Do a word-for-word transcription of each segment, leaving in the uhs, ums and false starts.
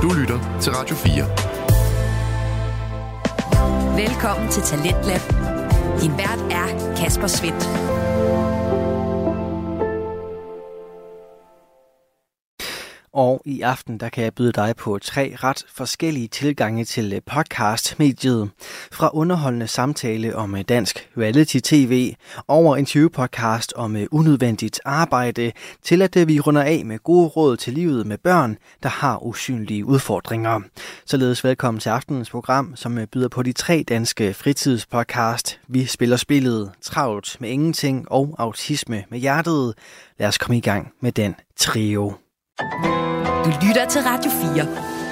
Du lytter til Radio fire. Velkommen til Talentlab. Din vært er Kasper Svendt. Og i aften, der kan jeg byde dig på tre ret forskellige tilgange til podcast-mediet. Fra underholdende samtale om dansk reality-tv, over interview-podcast om unødvendigt arbejde, til at vi runder af med gode råd til livet med børn, der har usynlige udfordringer. Således velkommen til aftenens program, som byder på de tre danske fritidspodcast. Vi spiller spillet Travlt med ingenting og Autisme med hjertet. Lad os komme i gang med den trio. Du lytter til Radio fire.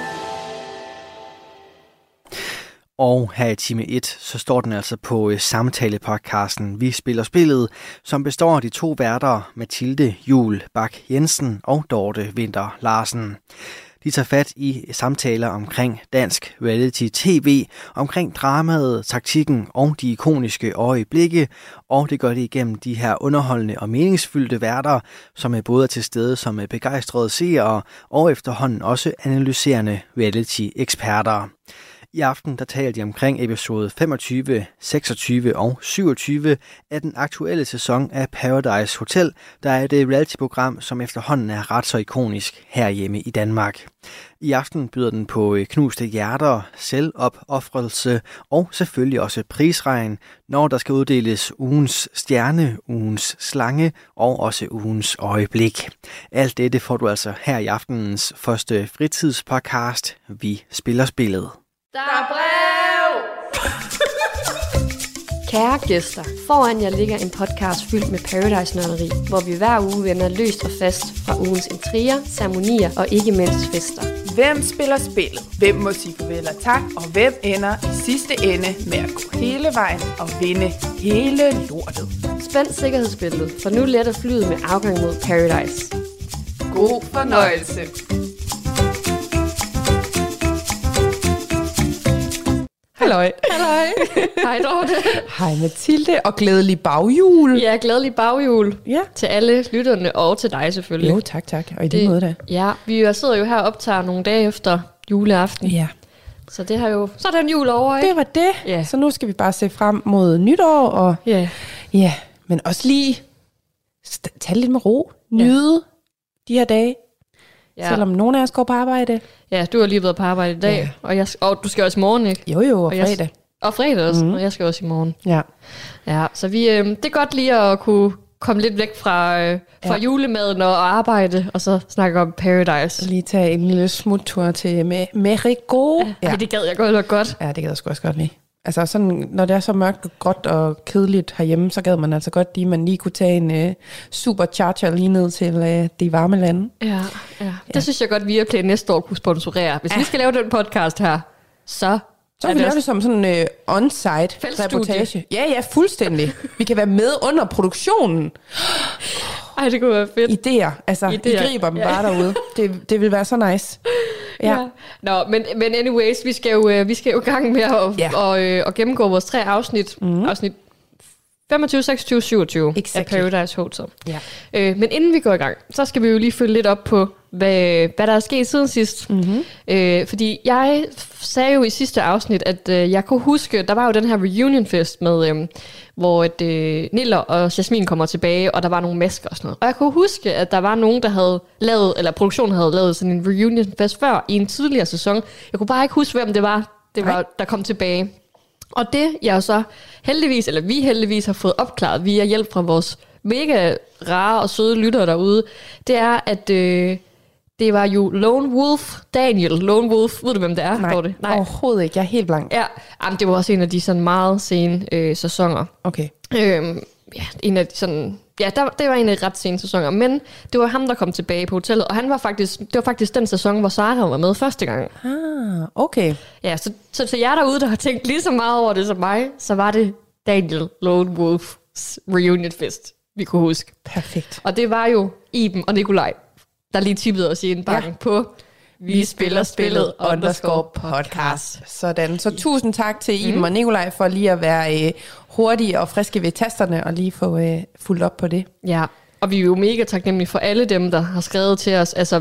Og her i time et, så står den altså på samtalepodcasten Vi spiller spillet, som består af de to værter Mathilde Juhl Bak Jensen og Dorte Winther Larsen. De tager fat i samtaler omkring dansk reality-tv, omkring dramaet, taktikken og de ikoniske øjeblikke, og det gør det igennem de her underholdende og meningsfyldte værter, som er både til stede som begejstrede seere og efterhånden også analyserende reality-eksperter. I aften der taler de omkring episode femogtyve, seksogtyve og syvogtyve af den aktuelle sæson af Paradise Hotel, der er et reality-program, som efterhånden er ret så ikonisk herhjemme i Danmark. I aften byder den på knuste hjerter, selvopoffrelse og selvfølgelig også prisregn, når der skal uddeles ugens stjerne, ugens slange og også ugens øjeblik. Alt dette får du altså her i aftenens første fritidspodcast, Vi spiller spillet. Der er brev! Kære gæster, foran jer ligger en podcast fyldt med Paradise-nørderi, hvor vi hver uge vender løst og fast fra ugens intriger, ceremonier og ikke mindst fester. Hvem spiller spillet? Hvem må sige farvel og tak? Og hvem ender i sidste ende med at gå hele vejen og vinde hele lortet? Spænd sikkerhedsbæltet, for nu letter flyet med afgang mod Paradise. God fornøjelse! Halløj. Halløj. Hej Dorte. Hej Mathilde, og glædelig baghjul. Ja, glædelig baghjul Ja. til alle lytterne og til dig selvfølgelig. Jo, tak, tak. Og i det måde da. Ja, vi sidder jo her og optager nogle dage efter juleaften. Ja. Så det har jo, så er den jul over, ikke? Det var det. Ja. Så nu skal vi bare se frem mod nytår, og Ja. ja, men også lige st- tage lidt med ro. Nyde de her dage. Ja. Selvom nogen af os går på arbejde. Ja, du har lige været på arbejde i dag, Ja. og, jeg, og du skal også i morgen, ikke? Jo jo, og, Og jeg- fredag. Og fredag også, Mhm. og jeg skal også i morgen. Ja. Ja, så vi, øh, det er godt lige at kunne komme lidt væk fra, øh, fra Ja. julemaden og, og arbejde, og så snakke om Paradise. Lige tage en lille smuttur til Me- Mexico. Ja. Ej, det gad jeg godt nok godt. Ja, det gad jeg sgu også godt lige. Altså sådan, når det er så mørkt og gråt og kedeligt herhjemme, så gad man altså godt lige, man lige kunne tage en uh, supercharger lige ned til uh, de varme lande. Ja, ja. Det ja. synes jeg godt, Viaplay næste år kunne sponsorere. Hvis ja. vi skal lave den podcast her, så... Så kan vi lave det som sådan en uh, on-site Feltstudie. reportage. Ja, ja, fuldstændig. Vi kan være med under produktionen. Ej, det kunne være fedt. Idéer. Altså, Idéer. I griber dem Ja. bare derude. Det, det vil være så nice. Ja. Ja. Nå, men, men anyways, vi skal jo, øh, vi skal jo i gang med at, Ja. og, øh, at gennemgå vores tre afsnit. Mm. Afsnit femogtyve, seksogtyve, syvogtyve Exactly. af Paradise Hotel. Ja. Øh, men inden vi går i gang, så skal vi jo lige følge lidt op på, hvad, hvad der er sket siden sidst. Mm-hmm. Øh, fordi jeg sagde jo i sidste afsnit, at øh, jeg kunne huske, der var jo den her reunion fest med, øh, hvor et, øh, Niller og Jasmin kommer tilbage, og der var nogle masker og sådan noget. Og jeg kunne huske, at der var nogen, der havde lavet, eller produktionen havde lavet sådan en reunion fest før i en tidligere sæson. Jeg kunne bare ikke huske, hvem det var, det var der kom tilbage. Og det, jeg så heldigvis, eller vi heldigvis har fået opklaret via hjælp fra vores mega rare og søde lyttere derude, det er, at øh, det var jo Lone Wolf, Daniel Lone Wolf, ved du, hvem det er? Nej, det? Nej, overhovedet ikke. Jeg er helt blank. Ja, jamen, det var også en af de sådan meget sene øh, sæsoner. Okay. Øhm, ja, en af de sådan... Ja, der, det var en af de ret sene sæsoner, men det var ham, der kom tilbage på hotellet, og han var faktisk, det var faktisk den sæson, hvor Sarah var med første gang. Ah, okay. Ja, så, så til jer derude, der har tænkt lige så meget over det som mig, så var det Daniel Lone Wolf's reunion fest, vi kunne huske. Perfekt. Og det var jo Iben og Nikolaj, der lige tippede os i en bank ja. på Vi spiller spillet underscore podcast. Sådan. Så tusind tak til Iben mm. og Nikolaj for lige at være øh, hurtige og friske ved tasterne og lige få øh, fuldt op på det. Ja, og vi er jo mega taknemmelige for alle dem, der har skrevet til os. Altså,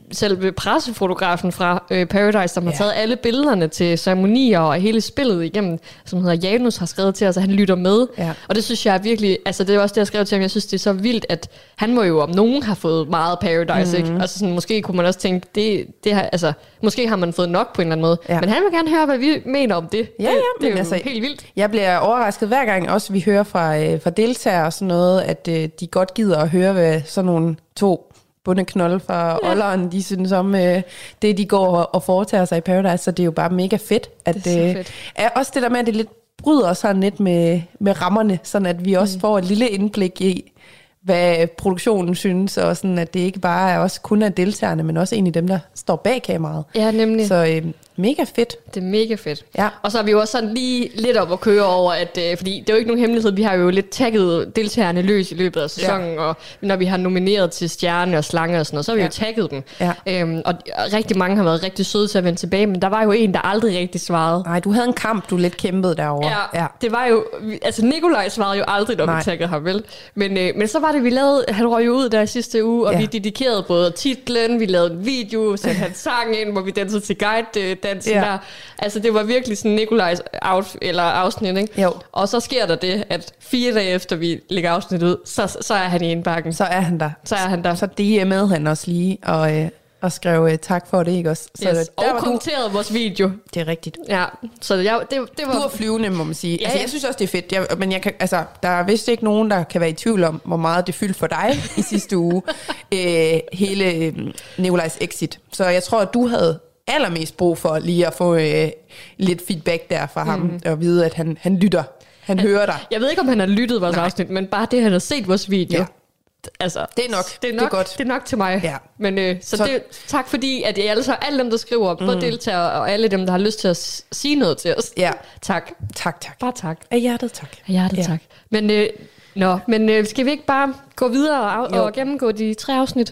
selve pressefotografen fra øh, Paradise, som har Ja. taget alle billederne til ceremonier og hele spillet igennem, som hedder Janus, har skrevet til os, at han lytter med. Ja. Og det synes jeg er virkelig, altså det er også det, jeg skrev til ham, jeg synes, det er så vildt, at han må jo om nogen have fået meget Paradise, mm. ikke? Altså sådan, måske kunne man også tænke, det, det har, altså, måske har man fået nok på en eller anden måde. Ja. Men han vil gerne høre, hvad vi mener om det. Ja, ja, det, det men er jo altså, helt vildt. Jeg bliver overrasket hver gang, også vi hører fra, øh, fra deltagere og sådan noget, at øh, de godt gider at høre, hvad sådan nogle to bundeknolde fra ja. Olleren, de synes om øh, det, de går og, og foretager sig i Paradise, så det er jo bare mega fedt. At, Det er så øh, fedt. Er også det der med, at det lidt bryder sådan lidt med, med rammerne, sådan at vi også mm. får et lille indblik i, hvad produktionen synes, og sådan, at det ikke bare er også kun af deltagerne, men også egentlig dem, der står bag kameraet. Ja, nemlig. Så øh, mega fedt. Det er mega fedt. Ja. Og så er vi jo også sådan lige lidt op at køre over, at, øh, fordi det er jo ikke nogen hemmelighed, vi har jo lidt tagget deltagerne løs i løbet af sæsonen, ja. Og når vi har nomineret til stjerne og slange og sådan noget, så har vi Ja. jo tagget dem. Ja. Øhm, og rigtig mange har været rigtig søde til at vende tilbage, men der var jo en, der aldrig rigtig svarede. Nej, du havde en kamp, du lidt kæmpede derovre. Ja, ja, det var jo, altså Nikolaj svarede jo aldrig, når Nej. vi taggede ham, vel? Men, øh, men så var det, vi lavede, han røg jo ud der i sidste uge, og Ja. vi dedikerede både titlen, vi lavede en video, så han sang ind, hvor vi dansede til guide-dansen Ja. der. Altså det var virkelig sådan Nikolajs out, eller afsnit, ikke? Jo. Og så sker der det, at fire dage efter vi lægger afsnittet ud, så, så er han i indbakken. Så er han der. Så er han der. Så D M'ede han også lige, og, øh, og skrev øh, tak for det, ikke også? Så Yes. der Og var du, kommenterede vores video. det er rigtigt. Ja, så jeg, det, det var... Du er flyvende, må man sige. Ja, Altså, ja. jeg synes også, det er fedt. Jeg, men jeg kan, altså, der er vist ikke nogen, der kan være i tvivl om, hvor meget det fyldte for dig i sidste uge. Øh, hele øh, Nikolajs exit. Så jeg tror, at du havde allermest brug for lige at få øh, lidt feedback der fra ham, Mhm. og vide, at han, han lytter. Han hører dig. Jeg ved ikke, om han har lyttet vores Nej. afsnit, men bare det, han har set vores video. Ja. Altså, Det er nok. Det er, nok, Det er godt. Det er nok til mig. Ja. Men, øh, så Så- det, tak fordi, at I alle, så, alle dem, der skriver, mm. både deltagere og alle dem, der har lyst til at s- sige noget til os. Ja. Tak. Tak, tak. Bare tak. Af hjertet, tak. Af hjertet, Ja. tak. Men, øh, nå, men øh, skal vi ikke bare gå videre og, Jo. og gennemgå de tre afsnit?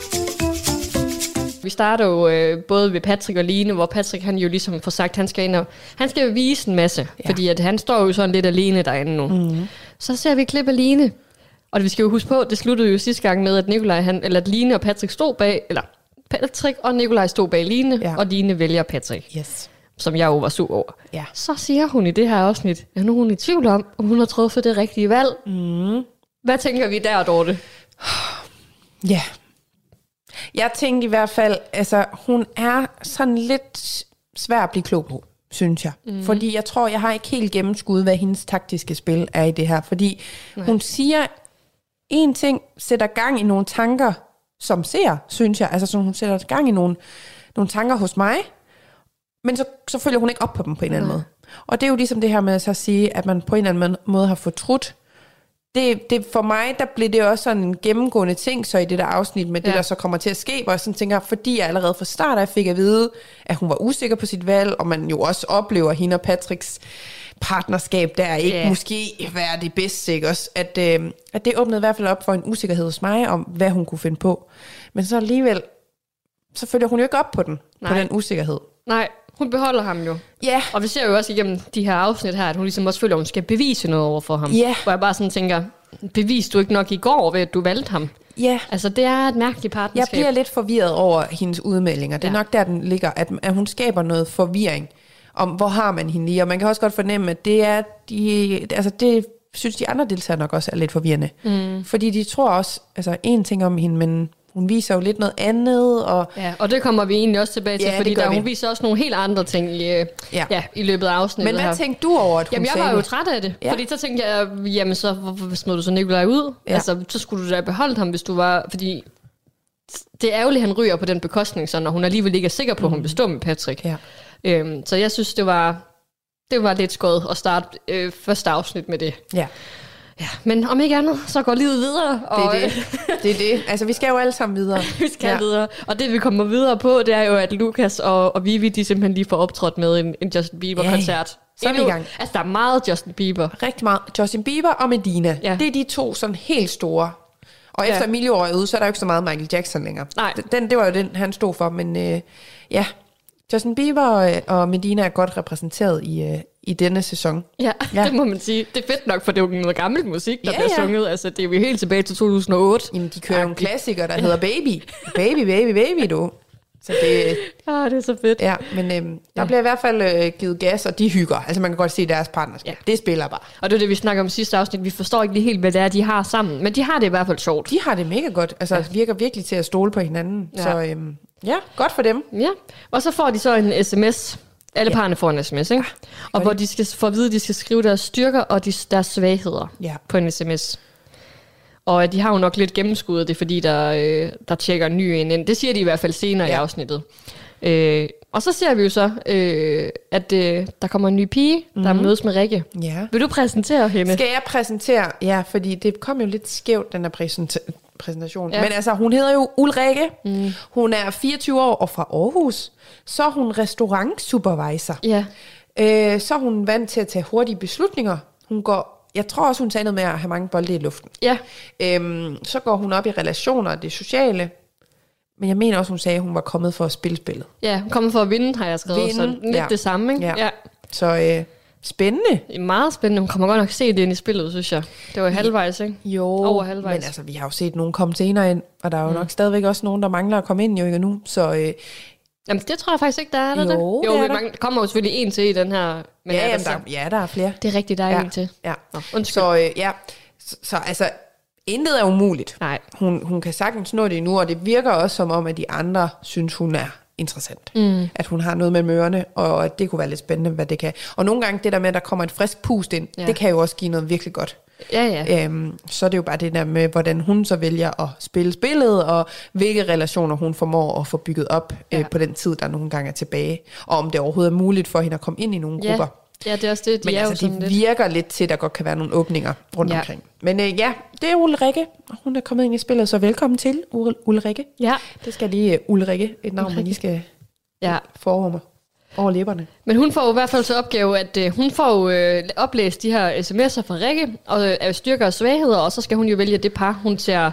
Vi starter jo øh, både ved Patrick og Line, hvor Patrick han jo ligesom får sagt, han skal ind og, han skal vise en masse, ja. Fordi at han står jo sådan lidt alene derinde nu. Mm. Så ser vi et klip af Line, og vi skal jo huske på, det sluttede jo sidste gang med, at Nikolaj, han, eller at Line og Patrick stod bag, eller Patrick og Nikolaj stod bag Line, Ja. og Line vælger Patrick, Yes. som jeg jo var sur over. Ja. Så siger hun i det her afsnit, at nu er hun i tvivl om, om hun har truffet det rigtige valg. Mm. Hvad tænker vi der, Dorte? Ja. Jeg tænkte i hvert fald, altså hun er sådan lidt svær at blive klog på, synes jeg. Mm. Fordi jeg tror, jeg har ikke helt gennemskuet, hvad hendes taktiske spil er i det her. Fordi Nej. hun siger en ting, sætter gang i nogle tanker, som ser, synes jeg. Altså så hun sætter gang i nogle, nogle tanker hos mig, men så, så følger hun ikke op på dem på en eller anden Nej. måde. Og det er jo ligesom det her med at så sige, at man på en eller anden måde har fortrudt. Det, det, for mig, der blev det også sådan en gennemgående ting, så i det der afsnit med det, Ja. der så kommer til at ske, hvor jeg sådan tænker, fordi jeg allerede fra start af fik at vide, at hun var usikker på sit valg, og man jo også oplever hende og Patricks partnerskab, der ikke Ja. måske være det bedste, ikke også? At, øh, at det åbnede i hvert fald op for en usikkerhed hos mig, om hvad hun kunne finde på. Men så alligevel, så følger hun jo ikke op på den, Nej. på den usikkerhed. Nej, hun beholder ham jo. Ja, Og vi ser jo også igennem de her afsnit her, at hun ligesom også føler, at hun skal bevise noget over for ham. Ja. Hvor jeg bare sådan tænker, bevis du ikke nok i går ved, at du valgte ham? ja. Altså, det er et mærkeligt Jeg partnerskab. bliver lidt forvirret over hendes udmeldinger. Det er Ja. ja. nok der, den ligger, at, at hun skaber noget forvirring om, hvor har man hende lige. Og man kan også godt fornemme, at det er, de, altså det synes de andre deltagere nok også er lidt forvirrende. Mm. Fordi de tror også, altså en ting om hende, men hun viser jo lidt noget andet. Og Ja, og det kommer vi egentlig også tilbage til, Ja, det fordi gør der, vi. hun viser også nogle helt andre ting i, ja. Ja. Ja, i løbet af afsnittet men her. hvad tænkte du over, at hun Jamen, jeg sagde var jo det? træt af det, Ja. ja. fordi så tænkte jeg, jamen så hvorfor smed du så Nikolaj ud? Ja. Ja. Altså, så skulle du da beholde ham, hvis du var, fordi det er ærgerligt, at han ryger på den bekostning, så når hun alligevel ikke er sikker på, at hun vil stå med Patrick. Ja. Øhm, så jeg synes, det var, det var lidt skødt at starte øh, første afsnit med det. Ja, Ja, men om ikke andet, så går livet videre. det Og, er det. det er det. Altså, vi skal jo alle sammen videre. vi skal Ja. ja. videre. Og det, vi kommer videre på, det er jo, at Lukas og, og Vivi, de simpelthen lige får optrådt med en, en Justin Bieber-koncert. Så er vi i gang. Altså, der er meget Justin Bieber. Rigtig meget. Justin Bieber og Medina. Ja. Det er de to sådan helt store. Og Ja. efter Emilio er ude, så er der jo ikke så meget Michael Jackson længere. Nej. Den, det var jo den, han stod for. Men øh, ja, Justin Bieber og, og Medina er godt repræsenteret i, øh, i denne sæson. Ja, Ja. ja, det må man sige. Det er fedt nok, for det er jo noget gammel musik, der Ja, bliver ja. sunget. Altså, det er jo helt tilbage til to tusind og otte. Jamen, de kører jo en klassiker, der hedder Baby. Baby, baby, baby, du. Så det, ah, det er så fedt. ja, men øhm, der Ja. bliver i hvert fald øh, givet gas, og de hygger. Altså man kan godt se deres partnerskab. Ja. Det spiller bare. Og det er det, vi snakker om i sidste afsnit. Vi forstår ikke lige helt, hvad det er, de har sammen. Men de har det i hvert fald sjovt. De har det mega godt. Altså ja. virker virkelig til at stole på hinanden. Ja. Så øhm, ja, godt for dem. Ja, og så får de så en sms. Alle Ja. parerne får en sms, ikke? Og hvor de skal få at vide, at de skal skrive deres styrker og de, deres svagheder Ja. på en sms. Og de har jo nok lidt gennemskuddet det, fordi der, øh, der tjekker en ny en ind. Det siger de i hvert fald senere ja. i afsnittet. Øh, og så ser vi jo så, øh, at øh, der kommer en ny pige, der mm. mødes med Rikke. Ja. Vil du præsentere hende? Skal jeg præsentere? Ja, fordi det kom jo lidt skævt, den her præsenta- præsentation. Ja. Men altså, hun hedder jo Ulrikke. Mm. Hun er fireogtyve år og fra Aarhus. Så er hun restaurantsupervisor. Ja. Øh, så er hun vant til at tage hurtige beslutninger. Hun går, jeg tror også, hun sagde noget med at have mange bolde i luften. Ja. Øhm, så går hun op i relationer og det sociale. Men jeg mener også, hun sagde, at hun var kommet for at spille spillet. Ja, hun kommer for at vinde, har jeg skrevet. Vinde, Så lidt ja. det samme, ikke? Ja. Ja. Så øh, spændende. Det er meget spændende. Hun kommer godt nok se det ind i spillet, synes jeg. Det var halvvejs, ikke? Jo, Over halvvejs. men altså, vi har jo set nogen komme senere ind, og der er jo mm. nok stadigvæk også nogen, der mangler at komme ind jo ikke nu. Så øh, Jamen, det tror jeg faktisk ikke, der er. Der, Jo, der? det jo er vi der. mange, der kommer jo selvfølgelig en til i den her. Men ja, er jamen, der, der, ja, der er flere. det er rigtigt, der er Ja. en til. Ja. Nå, undskyld. Så øh, ja, så, så altså, intet er umuligt. Nej. Hun, hun kan sagtens nå det nu, og det virker også som om, at de andre synes, hun er interessant. Mm. At hun har noget med mørerne, og at det kunne være lidt spændende, hvad det kan. Og nogle gange det der med, at der kommer et frisk pust ind, Ja. det kan jo også give noget virkelig godt. Ja, ja. Øhm, så er det jo bare det der med, hvordan hun så vælger at spille spillet, og hvilke relationer hun formår at få bygget op Ja. øh, på den tid, der nogle gange er tilbage. Og om det overhovedet er muligt for hende at komme ind i nogle Ja. grupper. Ja, det er også det. De Men er jo altså, sådan det lidt. virker lidt til, at der godt kan være nogle åbninger rundt Ja. omkring. Men øh, ja, det er Ulrikke, og hun er kommet ind i spillet, så velkommen til, Ul- Ulrikke. Ja. Det skal lige uh, Ulrikke, et navn, man lige skal Ja. forme over læberne. Men hun får jo i hvert fald til opgave, at øh, hun får jo øh, oplæst de her sms'er fra Rikke, og øh, styrker og svagheder, og så skal hun jo vælge det par, hun ser.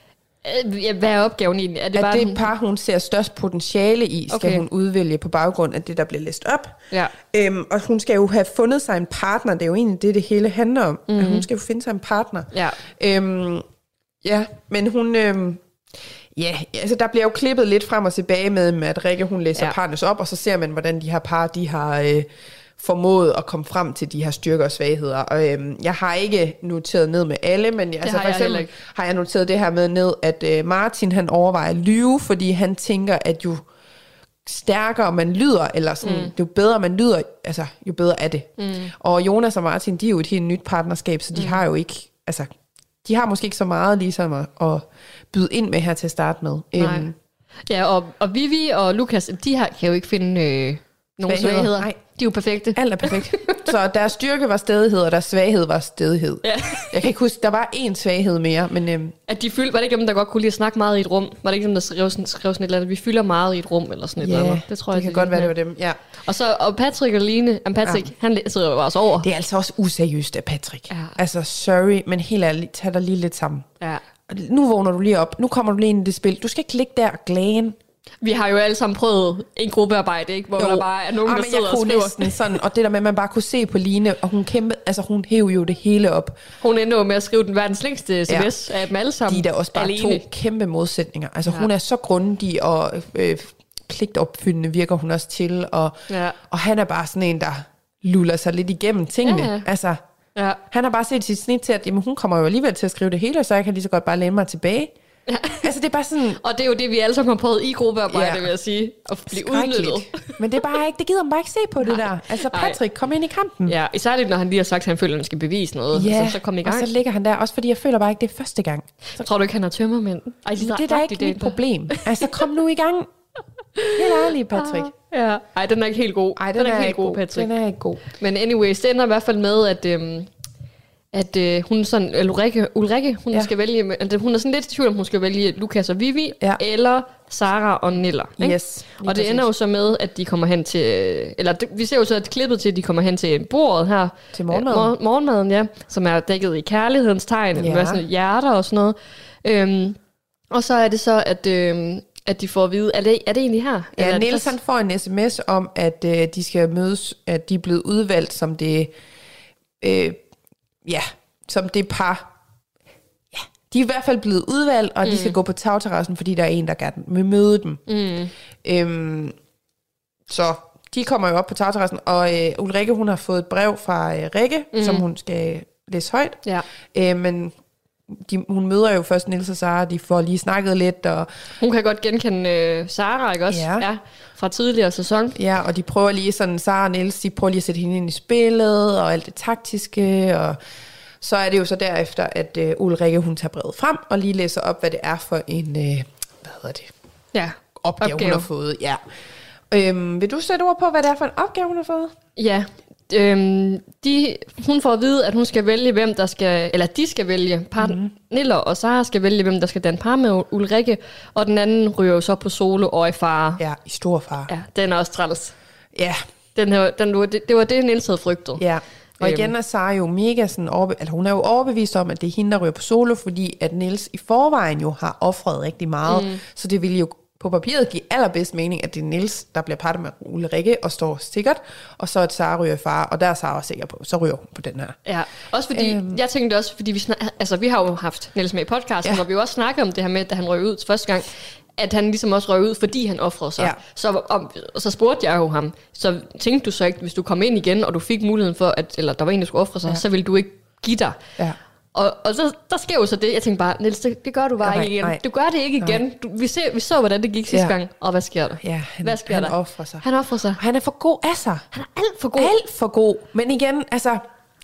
Øh, ja, hvad er opgaven egentlig? Er det At bare det hun... par, hun ser størst potentiale i, skal Okay. hun udvælge på baggrund af det, der bliver læst op. Ja. Øhm, og hun skal jo have fundet sig en partner. Det er jo egentlig det, det hele handler om. Mm-hmm. At hun skal jo finde sig en partner. Ja. Øhm, ja, men hun... Øhm, ja, altså der bliver jo klippet lidt frem og tilbage med, at Rikke, hun læser Ja. ja. partners op, og så ser man, hvordan de her par, de har... Øh, formået at komme frem til de her styrker og svagheder. Og øhm, jeg har ikke noteret ned med alle, men altså, har for jeg heller eksempel ikke. har jeg noteret det her med ned, at øh, Martin han overvejer at lyve, fordi han tænker, at jo stærkere man lyder, eller sådan, mm. jo bedre man lyder, altså jo bedre er det. Mm. Og Jonas og Martin, de er jo et helt nyt partnerskab, så de mm. har jo ikke, altså de har måske ikke så meget ligesom at, at byde ind med her til at starte med. Nej. Øhm, Ja, og, og Vivi og Lukas, de her kan jo ikke finde øh, nogen Svagheder. svagheder. Nej. De er jo perfekte. alt er perfekt. Så deres styrke var stædighed, og deres svaghed var stædighed. Ja. Jeg kan ikke huske, der var én svaghed mere, men øhm, At de fyldte, var det ikke dem, der godt kunne lide at snakke meget i et rum? Var det ikke dem, der skrev sådan, skrev sådan et eller andet, vi fylder meget i et rum, eller sådan et ja, eller andet? Det tror det jeg, kan de godt være, det lignede. var dem. Ja. Og så og Patrick og Line, jamen Patrick, ja. han sidder jo bare også over. Det er altså også useriøst af Patrick. Ja. Altså, sorry, men helt ærligt, tag dig lige lidt sammen. Ja. Og Nu vågner du lige op. Nu kommer du lige ind i det spil. Du skal ikke ligge der og glæne. Vi har jo alle sammen prøvet en gruppearbejde, ikke? Hvor jo. der bare er nogen, ah, der men sidder jeg og kunne skriver. næsten sådan, og det der med, at man bare kunne se på Line, og hun kæmpe, altså hun hæv jo det hele op. Hun ender jo med at skrive den verdens længste sms ja. af dem alle sammen. De er da også bare alene. to kæmpe modsætninger. Altså Ja. hun er så grundig og øh, pligtopfyldende virker hun også til, og, Ja. og han er bare sådan en, der luller sig lidt igennem tingene. Ja, ja. Altså, Ja. han har bare set sit snit til, at jamen, hun kommer jo alligevel til at skrive det hele, så jeg kan lige så godt bare læne mig tilbage. Ja. Altså det er bare sådan... Og det er jo det, vi alle sammen har prøvet i gruppearbejde, Ja. vil jeg sige. At blive skrækkeligt. udnyttet. Men det er bare ikke, det gider man bare ikke se på det der. Altså Patrick, kom ind i kampen. Ja, især det, når han lige har sagt, at han føler, at han skal bevise noget. Ja, så, så kom i gang. og så ligger han der, også fordi jeg føler bare ikke, det er første gang. Så tror du ikke, han har tømmermænd? Ej, Det er da ikke mit problem. Altså kom nu i gang. Helt ærligt, Patrick. Ja. Ej, den er ikke helt god. Ej, den, den er ikke helt ikke god, god, Patrick. Den er ikke god. Men anyways, det ender i hvert fald med, at, øhm, at øh, hun sådan, eller Ulrikke, Ulrikke hun, Ja. skal vælge, altså, hun er sådan lidt i tvivl, om hun skal vælge Lukas og Vivi, Ja. eller Sara og Niller. Ikke? Yes, lige og det præcis. ender jo så med, at de kommer hen til, eller det, vi ser jo så et klippet til, at de kommer hen til bordet her. Til morgenmaden. Øh, mor- morgenmaden, ja, som er dækket i kærlighedens tegn, Ja. med sådan et hjerter og sådan noget. Øhm, og så er det så, at, øhm, at de får at vide, er det, er det egentlig her? Eller Ja, er det Niels først- han får en sms om, at øh, de skal mødes, at de er blevet udvalgt som det, øh, ja, som det par. Ja, de er i hvert fald blevet udvalgt, og mm. de skal gå på tagterrassen, fordi der er en, der gerne vil møde dem. Mm. Øhm, så de kommer jo op på tagterrassen, og øh, Ulrikke, hun har fået et brev fra øh, Rikke, mm. som hun skal læse højt. Ja. Øh, men de, hun møder jo først Niels og Sara, de får lige snakket lidt. Og hun kan godt genkende øh, Sara, ikke også? Ja. Ja. Fra tidligere sæson. Ja, og de prøver lige sådan, Sara og Niels, de prøver lige at sætte hende ind i spillet, og alt det taktiske, og så er det jo så derefter, at øh, Ulrikke, hun tager brevet frem, og lige læser op, hvad det er for en, øh, hvad hedder det? Ja, opgave, opgave, hun har fået. Ja. Øhm, vil du sætte ord på, hvad det er for en opgave, hun har fået? Ja, øhm, de, hun får at vide, at hun skal vælge, hvem der skal, eller de skal vælge, par, mm-hmm. Niller og Sara skal vælge, hvem der skal danne par med Ulrikke, og den anden ryger jo så på solo og i fare. Ja, i stor fare. Ja, den er også træls. Ja. Den her, den, det, det var det, Niels havde frygtet. Ja. Og igen er Sara jo mega sådan, overbe- altså hun er jo overbevist om, at det er hende, der ryger på solo, fordi at Niels i forvejen jo har offret rigtig meget, mm. så det ville jo på papiret give allerbedst mening, at det er Niels, der bliver partet med Ulrikke og står sikkert, og så at Sara ryger far, og der er Sara sikker på, så ryger hun på den her. Ja, også fordi, øhm. jeg tænkte også, fordi vi, snak, altså, vi har jo haft Niels med i podcasten, ja. Hvor vi jo også snakkede om det her med, da han røg ud første gang, at han ligesom også røg ud, fordi han offrede sig. Ja. Så, og, og så spurgte jeg jo ham, så tænkte du så ikke, hvis du kom ind igen, og du fik muligheden for, at, eller der var en, der skulle ofre sig, ja. Så ville du ikke give dig. Ja. Og, og så, der sker jo så det, jeg tænkte bare, Niels, det, det gør du bare nej, ikke igen. Nej. Du gør det ikke igen. Du, vi, ser, vi så, hvordan det gik sidste ja. gang, og hvad sker der? Ja, han, hvad sker han der? offrer sig. Han offrer sig. Og han er for god af sig. Han er alt for god. Alt for god. Men igen, altså,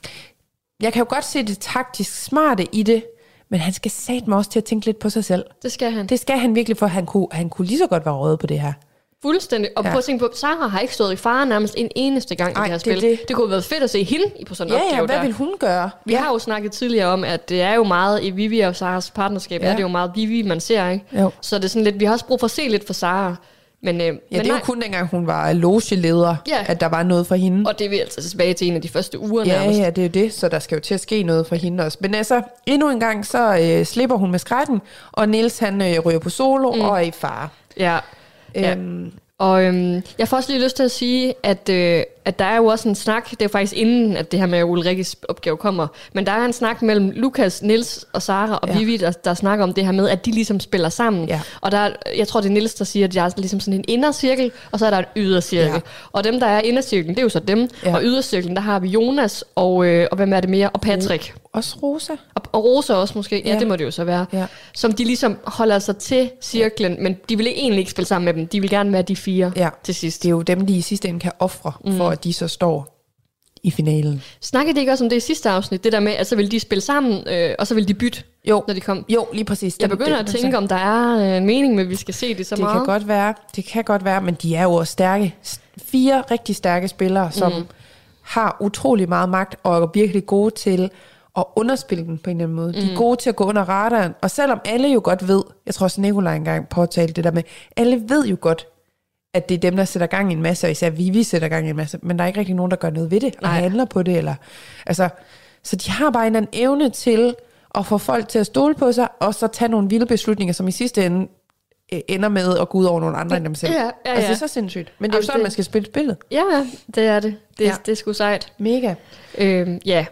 jeg kan jo godt se det taktisk smarte i det, men han skal satme også til at tænke lidt på sig selv. Det skal han. Det skal han virkelig, for han kunne, han kunne lige så godt være røget på det her. Fuldstændig. Og ja. Prøv at tænke på, Sara har ikke stået i fare nærmest en eneste gang Ej, i det her spil. Det, det. det kunne have været fedt at se hende på sådan en ja, opgave ja, hvad der. vil hun gøre? Vi ja. har jo snakket tidligere om, at det er jo meget i Vivi og Saras partnerskab, ja. Er det jo meget Vivi, man ser, ikke? Jo. Så det er sådan lidt, vi har også brug for at se lidt for Sara. Men, øh, ja, men det er nej. jo kun dengang hun var logeleder, ja. At der var noget for hende. Og det er vi altså tilbage til en af de første uger ja, nærmest. Ja, det er jo det, så der skal jo til at ske noget for hende også. Men altså, endnu en gang, så øh, slipper hun med skrækken, og Niels han øh, ryger på solo mm. og er i fare. Ja, øhm, ja. Og øhm, jeg får også lige lyst til at sige, at, øh, at der er jo også en snak, det er faktisk inden, at det her med Ulrikkes opgave kommer, men der er en snak mellem Lukas, Niels og Sara og ja. Vivi, der, der snakker om det her med, at de ligesom spiller sammen. Ja. Og der, jeg tror, det er Niels, der siger, at der er ligesom sådan en indercirkel, og så er der en ydercirkel. Ja. Og dem, der er indercirklen, det er jo så dem, ja. Og ydercirklen, der har vi Jonas, og, øh, og hvem er det mere? Og Patrick. Også Rosa. Og, og Rosa også måske, ja, ja, det må det jo så være. Ja. Som de ligesom holder sig til cirklen, ja. Men de vil egentlig ikke spille sammen med dem. De vil gerne være de fire ja. Til sidst. Det er jo dem, de i sidste ende kan ofre, mm. for at de så står i finalen. Snakkede de ikke også om det i sidste afsnit? Det der med, at så vil de spille sammen, øh, og så vil de bytte, jo. Når de kom. Jo, lige præcis. Jeg begynder dem, at tænke, om der er en mening med, at vi skal se det så det meget. Det kan godt være, det kan godt være, men de er jo også stærke. Fire rigtig stærke spillere, som mm. har utrolig meget magt, og er virkelig gode til at underspille den på en eller anden måde. De er mm. gode til at gå under radaren, og selvom alle jo godt ved, jeg tror også Nikolaj engang påtalte det der med, alle ved jo godt, at det er dem, der sætter gang i en masse, og især Vivi sætter gang i en masse, men der er ikke rigtig nogen, der gør noget ved det, og Nej. handler på det, eller, altså, så de har bare en eller anden evne til at få folk til at stole på sig, og så tage nogle vilde beslutninger, som i sidste ende ender med at gå ud over nogle andre end dem selv. Ja, ja, ja. Altså, det er så sindssygt. Men det er jo sådan, det... man skal spille spillet. Ja, det er det. Det, ja. Det er sgu sejt. Mega. Øhm, ja.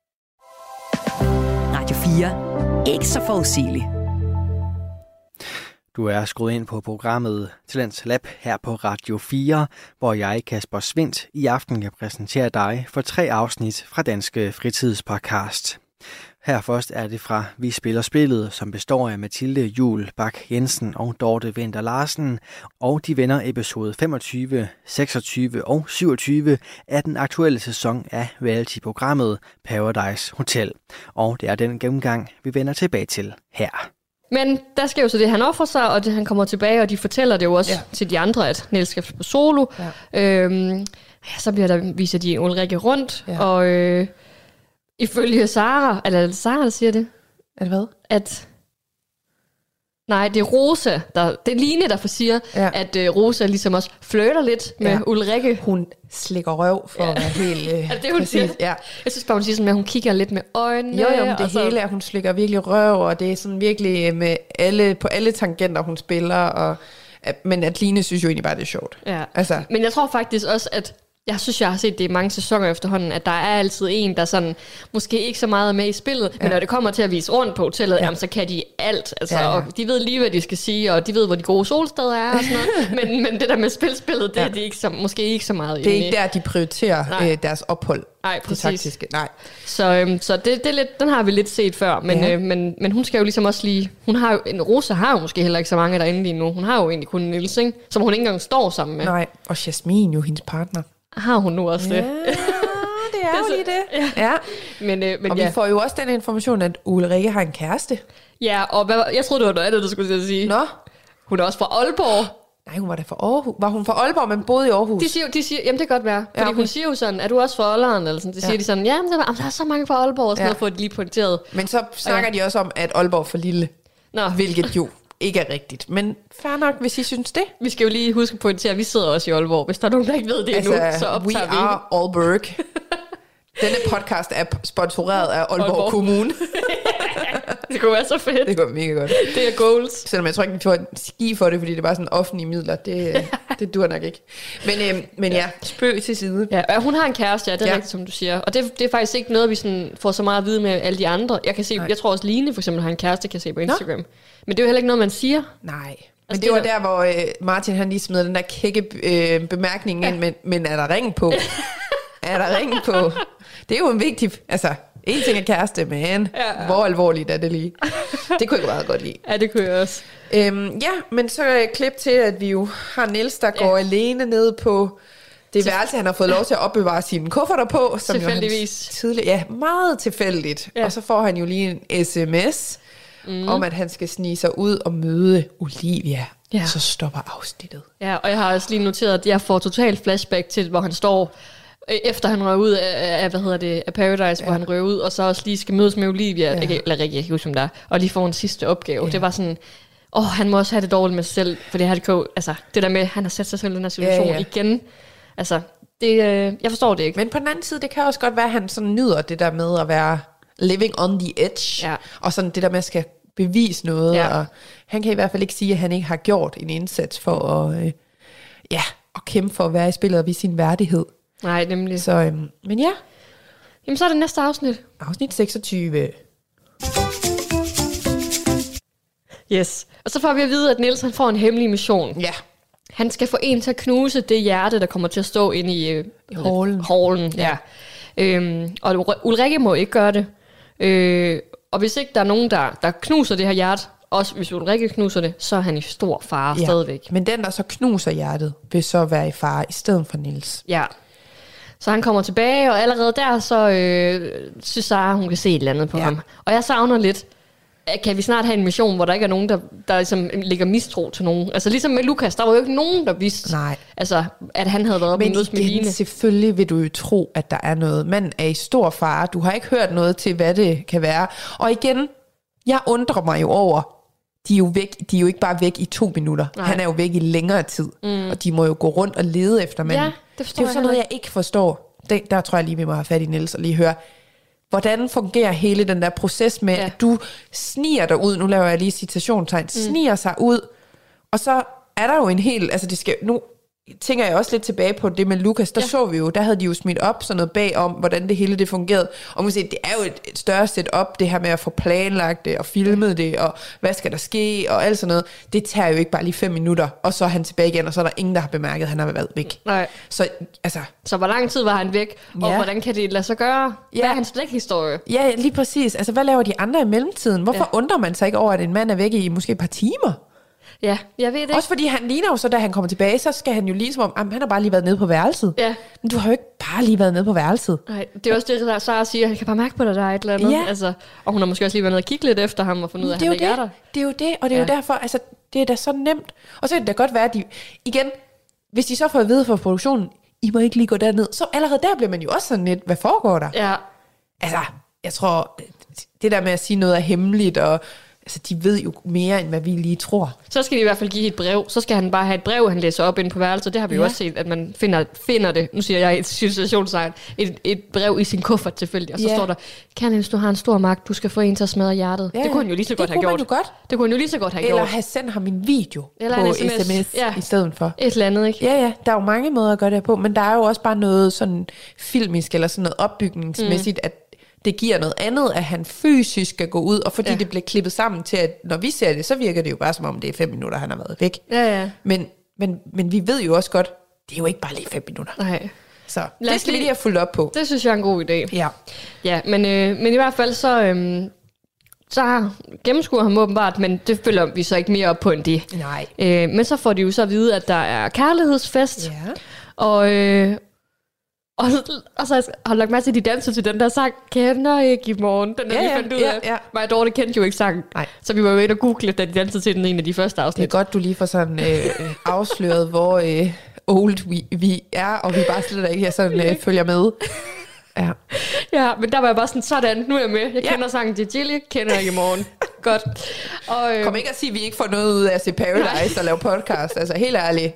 Radio fire. Ikke så forudsigeligt. Du er skruet ind på programmet Talents Lab her på Radio fire, hvor jeg, Kasper Svindt, i aften kan præsentere dig for tre afsnit fra Danske Fritidspodcast. Her først er det fra Vi Spiller Spillet, som består af Mathilde Juhl Bak Jensen og Dorte Winther Larsen, og de vender episode femogtyve, seksogtyve og syvogtyve af den aktuelle sæson af reality-programmet Paradise Hotel. Og det er den gennemgang, vi vender tilbage til her. Men der sker jo så det, han offrer sig, og det, han kommer tilbage, og de fortæller det jo også ja. Til de andre, at Niels skal på solo. Ja. Øhm, ja, så bliver der, viser de Ulrikke rundt, ja. Og øh, ifølge Sara, eller er det Sara, der siger det? Er det hvad? At, nej, det er Rosa, der, det er Line, der siger, ja. At øh, Rosa ligesom også flirter lidt med ja. Ulrikke. Hun slikker røv for ja. At være helt øh, ja, det, hun præcis. Ja. Jeg synes bare, hun siger sådan, at hun kigger lidt med øjnene. Jo, jo, men det så... hele er, hun slikker virkelig røv, og det er sådan virkelig med alle, på alle tangenter, hun spiller. Og, men at Line synes jo egentlig bare, det er sjovt. Ja. Altså. Men jeg tror faktisk også, at Jeg synes, jeg har set det i mange sæsoner efterhånden, at der er altid en, der sådan, måske ikke så meget er med i spillet, ja. Men når det kommer til at vise rundt på hotellet, ja. Jamen, så kan de alt. Altså, ja, ja. Og de ved lige, hvad de skal sige, og de ved, hvor de gode solsteder er og sådan noget. men, men det der med spilspillet, det ja. er de ikke så, måske ikke så meget Det er inde ikke der, de prioriterer øh, deres ophold. Nej, præcis. Taktiske. Nej. Så, øhm, så det, det er lidt, den har vi lidt set før, men, ja. øh, men, men hun skal jo ligesom også lige... Hun har jo, en Rosa har jo måske heller ikke så mange derinde lige nu. Hun har jo egentlig kun Niels, ikke? Som hun ikke engang står sammen med. Nej, og Jasmin jo, hendes partner. Har hun nu også ja, det? det er jo lige det. Ja. Ja. Men, øh, men og ja. vi får jo også den information, at Ulrikke har en kæreste. Ja, og hvad, jeg troede, det var noget andet, du skulle til at sige. Nå? Hun er også fra Aalborg. Nej, hun var da fra Aarhus. Var hun fra Aalborg, men boede i Aarhus? De siger, de siger jamen det kan godt være. Fordi ja, okay. hun siger jo sådan, er du også fra Aalborg? Eller sådan. De siger ja. de sådan, ja, men der, der er så mange fra Aalborg, og sådan ja. noget, for at lige pointeret. Men så snakker ja. de også om, at Aalborg er for lille. Nå. Hvilket jo ikke er rigtigt. Men fair nok, hvis I synes det. Vi skal jo lige huske at pointere, at vi sidder også i Aalborg. Hvis der er nogen, der ikke ved det altså, endnu, så optager we vi. We are Aalborg. Denne podcast er sponsoreret af Aalborg, Aalborg. Kommune. Det kunne være så fedt. Det går mega godt. Det er goals. Selvom jeg tror ikke, vi får en ski for det, fordi det er bare sådan offentlige midler. Det, det dur nok ikke. Men, øh, men ja, spøg til side. Ja, hun har en kæreste, ja, det er ja. rigtigt, som du siger. Og det, det er faktisk ikke noget, vi sådan får så meget at vide med alle de andre. Jeg kan se, Nej. jeg tror også Line for eksempel har en kæreste, kan jeg se på Instagram. Nå? Men det er jo heller ikke noget, man siger. Nej. Men altså, det var der, hvor øh, Martin han lige smed den der kække øh, bemærkning ja. ind, men, men er der ring på? er der ring på? Det er jo en vigtig... Altså, en ting er kæreste, men ja, ja. hvor alvorligt er det lige? Det kunne jeg meget godt lide. Ja, det kunne jeg også. Øhm, ja, men så er klip til, at vi jo har Niels, der ja. går alene ned på det Til... værelse, han har fået lov til at opbevare sine kufferter på. Som tilfældigvis. Tidlig, ja, meget tilfældigt. Ja. Og så får han jo lige en sms mm. om, at han skal snige sig ud og møde Olivia. Ja. Og så stopper afsnittet. Ja, og jeg har også lige noteret, at jeg får totalt flashback til, hvor han står... Efter han røg ud af, af, hvad hedder det, af Paradise, ja. hvor han røg ud, og så også lige skal mødes med Olivia, ja. ikke, eller Rikke, jeg kan huske, der, og lige får en sidste opgave. Ja. Det var sådan, åh, han må også have det dårligt med sig selv, for det her, det, altså, det der med, han har sat sig selv i den her situation ja, ja. igen. Altså, det, øh, jeg forstår det ikke. Men på den anden side, det kan også godt være, at han sådan nyder det der med at være living on the edge, ja. og sådan det der med at skal bevise noget, ja. og han kan i hvert fald ikke sige, at han ikke har gjort en indsats for at, øh, ja, at kæmpe for at være i spillet og vise sin værdighed. Nej, nemlig. Så, øhm, men ja. Jamen, så er det næste afsnit. Afsnit seksogtyve. Yes. Og så får vi at vide, at Niels han får en hemmelig mission. Ja. Han skal få en til at knuse det hjerte, der kommer til at stå inde i, øh, I hallen. hallen. Ja. Ja. Øhm, og Ulrikke må ikke gøre det. Øh, og hvis ikke der er nogen, der, der knuser det her hjerte, også hvis Ulrikke knuser det, så er han i stor fare ja. stadigvæk. Men den, der så knuser hjertet, vil så være i fare i stedet for Niels. Ja. Så han kommer tilbage, og allerede der, så øh, synes Sara, hun kan se et eller andet på ja. ham. Og jeg savner lidt, kan vi snart have en mission, hvor der ikke er nogen, der, der ligesom lægger mistro til nogen? Altså ligesom med Lukas, der var jo ikke nogen, der vidste, Nej. Altså, at han havde været oppe med med Line. Men selvfølgelig vil du jo tro, at der er noget. Man er i stor fare. Du har ikke hørt noget til, hvad det kan være. Og igen, jeg undrer mig jo over, de er jo, væk, de er jo ikke bare væk i to minutter. Nej. Han er jo væk i længere tid. Mm. Og de må jo gå rundt og lede efter manden. Ja, det, det er jo sådan noget, jeg ikke forstår. Det, der tror jeg lige, vi må have fat i Niels og lige høre, hvordan fungerer hele den der proces med, ja. at du sniger dig ud, nu laver jeg lige citationstegn, mm. sniger sig ud, og så er der jo en hel, altså det skal, nu tænker jeg også lidt tilbage på det med Lukas, der ja. så vi jo, der havde de jo smidt op sådan noget bag om, hvordan det hele det fungerede, og man kan sige, det er jo et, et større setup, det her med at få planlagt det, og filmet det, og hvad skal der ske, og alt sådan noget, det tager jo ikke bare lige fem minutter, og så er han tilbage igen, og så er der ingen, der har bemærket, at han har været væk. Nej. Så, altså, så hvor lang tid var han væk, og ja. hvordan kan det lade sig gøre? Hvad ja. er hans dækhistorie? Ja, lige præcis. Altså, hvad laver de andre i mellemtiden? Hvorfor ja. undrer man sig ikke over, at en mand er væk i måske et par timer? Ja, jeg ved det. Også fordi han ligner jo så, da han kommer tilbage, så skal han jo lige som om, han har bare lige været nede på værelset. Ja. Men du har jo ikke bare lige været nede på værelset. Nej, det er også det, der Sara siger, jeg kan bare mærke på dig, der er et eller andet. Ja. Altså, og hun har måske også lige været nede og kigge lidt efter ham, og fundet ud af, at han ikke er der. Det er jo det, og det er ja. jo derfor, altså, det er da så nemt. Og så kan det da godt være, at de, igen, hvis de så får at vide fra produktionen, I må ikke lige gå derned, så allerede der bliver man jo også sådan lidt, hvad foregår der? Ja. Altså, jeg tror, det der med at sige noget er hemmeligt, og altså, de ved jo mere, end hvad vi lige tror. Så skal de i hvert fald give et brev. Så skal han bare have et brev, han læser op inde på værelset. Det har vi ja. jo også set, at man finder, finder det. Nu siger jeg et situationstegn. Et, et brev i sin kuffert tilfældigt. Og så ja. står der, Kære Niels, du har en stor magt. Du skal få en til at smadre hjertet. Ja. Det kunne han jo lige så godt have gjort. Godt. Det kunne han jo lige så godt have eller gjort. Eller have sendt ham en video eller på en sms, sms ja. i stedet for. Et eller andet, ikke? Ja, ja. Der er jo mange måder at gøre det på. Men der er jo også bare noget sådan filmisk, eller sådan noget opbygningsmæssigt, mm. at det giver noget andet, at han fysisk skal gå ud, og fordi ja. det bliver klippet sammen til, at når vi ser det, så virker det jo bare som om, det er fem minutter, han har været væk. Ja, ja. Men, men, men vi ved jo også godt, det er jo ikke bare lige fem minutter. Nej. Så Lad det skal lige, vi lige have fulgt op på. Det synes jeg er en god idé. Ja. Ja, men, øh, men i hvert fald så, øhm, så gennemskuer ham åbenbart, men det følger vi så ikke mere op på end det. Nej. Øh, men så får de jo så at vide, at der er kærlighedsfest. Ja. Og... Øh, Og, og så har jeg lagt mærke til, at de danser til den der sang, kender ikke i morgen. Den der, ja, vi fandt ud ja, af. ja. Mig og Dorte kendte jo ikke sangen. Nej. Så vi var jo inde og google, da de dansede til den en af de første afsnit. Det er godt, du lige får sådan øh, afsløret, hvor øh, old vi, vi er, og vi bare slet ikke sådan, øh, følger med. Ja. Ja, men der var jeg bare sådan, sådan, nu er jeg med. Jeg ja. kender sangen til Gilly, kender ikke i morgen. Godt. Og, øh, Kom ikke at sige, at vi ikke får noget ud af at se Paradise nej. og lave podcast. Altså helt ærligt.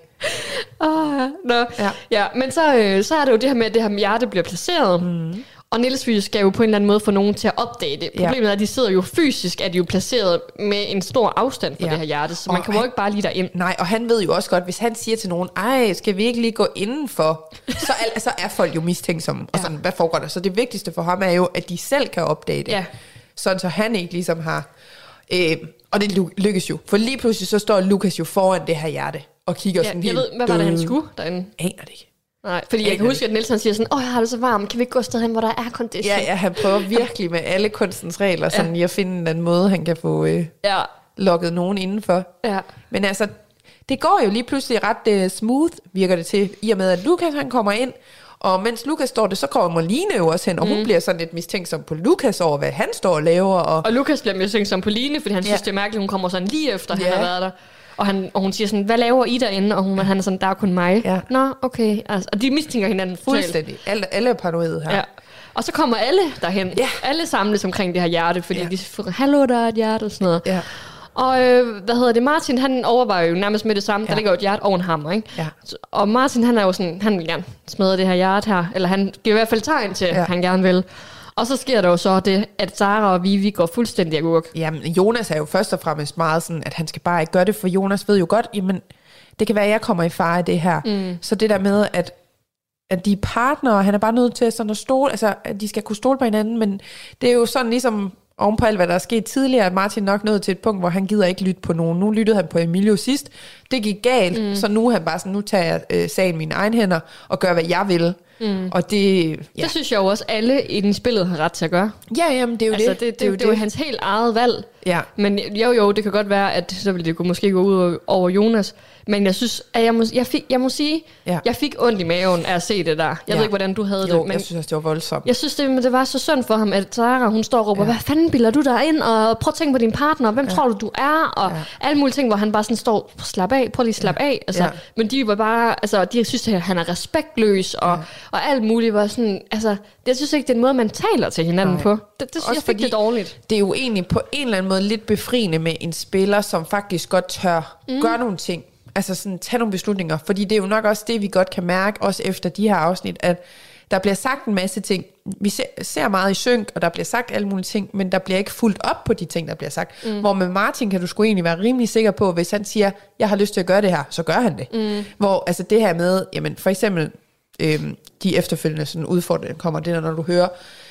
Oh, no. ja. ja, men så, øh, så er det jo det her med, at det her hjerte bliver placeret. Mm. Og Niels vi skal jo på en eller anden måde få nogen til at opdage det. Problemet ja. er, at de sidder jo fysisk, at de jo placeret med en stor afstand fra ja. det her hjerte, så og man kan jo ikke bare lige derind. Nej, og han ved jo også godt, hvis han siger til nogen, ej, skal vi ikke lige gå indenfor, så er, så er folk jo mistænksomme. Og sådan, ja. hvad foregår der? Så det vigtigste for ham er jo, at de selv kan opdage det. Ja. Sådan så han ikke ligesom har... Øh, og det lykkes jo. For lige pludselig så står Lukas jo foran det her hjerte og kigger ja, sådan helt... Jeg ved, hvad var det, han skulle derinde? Aner det ikke. Nej, fordi jeg kan huske, at Niels han siger sådan, åh, jeg har det så varmt, kan vi ikke gå afsted hen, hvor der er condition? Ja, ja, han prøver virkelig med alle kunstens regler, sådan ja. i at finde en måde, han kan få øh, ja. lukket nogen indenfor. Ja. Men altså, det går jo lige pludselig ret uh, smooth, virker det til, i og med, at Lukas han kommer ind, og mens Lukas står det, så kommer Line jo også hen, og mm. hun bliver sådan lidt mistænksom på Lukas over, hvad han står og laver. Og, og Lukas bliver mistænksom på Line, fordi han ja. synes, det er mærkeligt, hun kommer sådan lige efter, ja. han har været der. Og, han, og hun siger sådan, hvad laver I derinde? Og hun, han er sådan, der er kun mig. Ja. Nå, okay. Altså, og de mistænker hinanden fuldstændig. Alle, alle er paranoide her. Ja. Og så kommer alle derhen. Ja. Alle samles omkring det her hjerte, fordi ja. de siger, hallo, der er et hjerte og sådan noget. Ja. Og øh, hvad hedder det, Martin, han overvejer jo nærmest med det samme. Ja. Der ligger jo et hjerte over en hammer, ikke? Ja. Og Martin, han er jo sådan, han vil gerne smadre det her hjerte her. Eller han giver i hvert fald tegn til, ja. han gerne vil. Og så sker der jo så det, at Sara og Vivi går fuldstændig agurk. Jamen, Jonas er jo først og fremmest meget sådan, at han skal bare ikke gøre det, for Jonas ved jo godt, jamen, det kan være, at jeg kommer i fare i det her. Mm. Så det der med, at, at de er partnere, han er bare nødt til sådan at stole, altså, at de skal kunne stole på hinanden, men det er jo sådan ligesom, ovenpå alt, hvad der er sket tidligere, at Martin nok nåede til et punkt, hvor han gider ikke lytte på nogen. Nu lyttede han på Emilio sidst. Det gik galt, mm. så nu er han bare sådan, nu tager jeg øh, sagen i mine egne hænder, og gør, hvad jeg vil. Mm. Og det, ja. det synes jeg jo også, alle i den spillet har ret til at gøre. Ja, jamen, det er jo altså, det. Det, det, det, det, det er jo hans helt eget valg. Ja. Men jo, jo, det kan godt være, at så ville det måske gå ud over Jonas. Men jeg synes, at jeg må, jeg fik, jeg må sige, ja. jeg fik ondt i maven af at se det der. Jeg ja. ved ikke, hvordan du havde jo, det. Men jeg synes også, det var voldsomt. Jeg synes, det, det var så synd for ham, at Sara, hun står og råber, ja. hvad fanden bilder du dig ind? Og prøv at tænke på din partner. Hvem ja. tror du, du er? Og ja. alle mulige ting, hvor han bare sådan står, slap af, prøv lige slap ja. af. Altså, ja. Men de var bare, altså, de synes, at han er respektløs, og, ja. og alt muligt var sådan, altså, jeg synes ikke, det er en måde, man taler til hinanden Nej. på. Det, det synes jeg fik det dårligt. Det er jo egentlig på en eller anden måde lidt befriende med en spiller, som faktisk godt tør mm. gøre nogle ting. Altså sådan, tage nogle beslutninger. Fordi det er jo nok også det, vi godt kan mærke, også efter de her afsnit, at der bliver sagt en masse ting. Vi ser, ser meget i synk, og der bliver sagt alle mulige ting, men der bliver ikke fuldt op på de ting, der bliver sagt. Mm. Hvor med Martin kan du sgu egentlig være rimelig sikker på, hvis han siger, jeg har lyst til at gøre det her, så gør han det. Mm. Hvor altså det her med, jamen for eksempel, øhm, de efterfølgende sådan udfordringer kommer, det der, når du hører,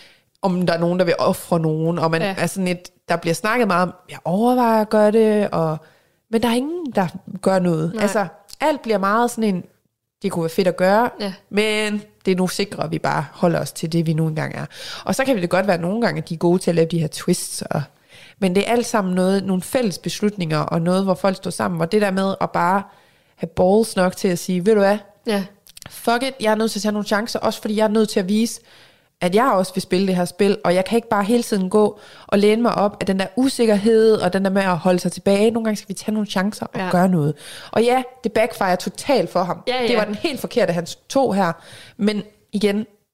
om der er nogen, der vil ofre nogen, og man ja. er sådan et, der bliver snakket meget om, jeg overvejer at gøre det, og, men der er ingen, der gør noget. Nej. Altså, alt bliver meget sådan en, det kunne være fedt at gøre, ja. men det er nu sikre, at vi bare holder os til det, vi nu engang er. Og så kan det godt være nogle gange, at de er gode til at lave de her twists, og, men det er alt sammen noget, nogle fælles beslutninger, og noget, hvor folk står sammen, og det der med at bare have balls nok til at sige, ved du hvad, ja. fuck it, jeg er nødt til at tage nogle chancer, også fordi jeg er nødt til at vise, at jeg også vil spille det her spil, og jeg kan ikke bare hele tiden gå og læne mig op af den der usikkerhed, og den der med at holde sig tilbage. Nogle gange skal vi tage nogle chancer og ja. gøre noget. Og ja, det backfire totalt for ham. Ja, ja. Det var den helt forkerte, han tog her. Men igen,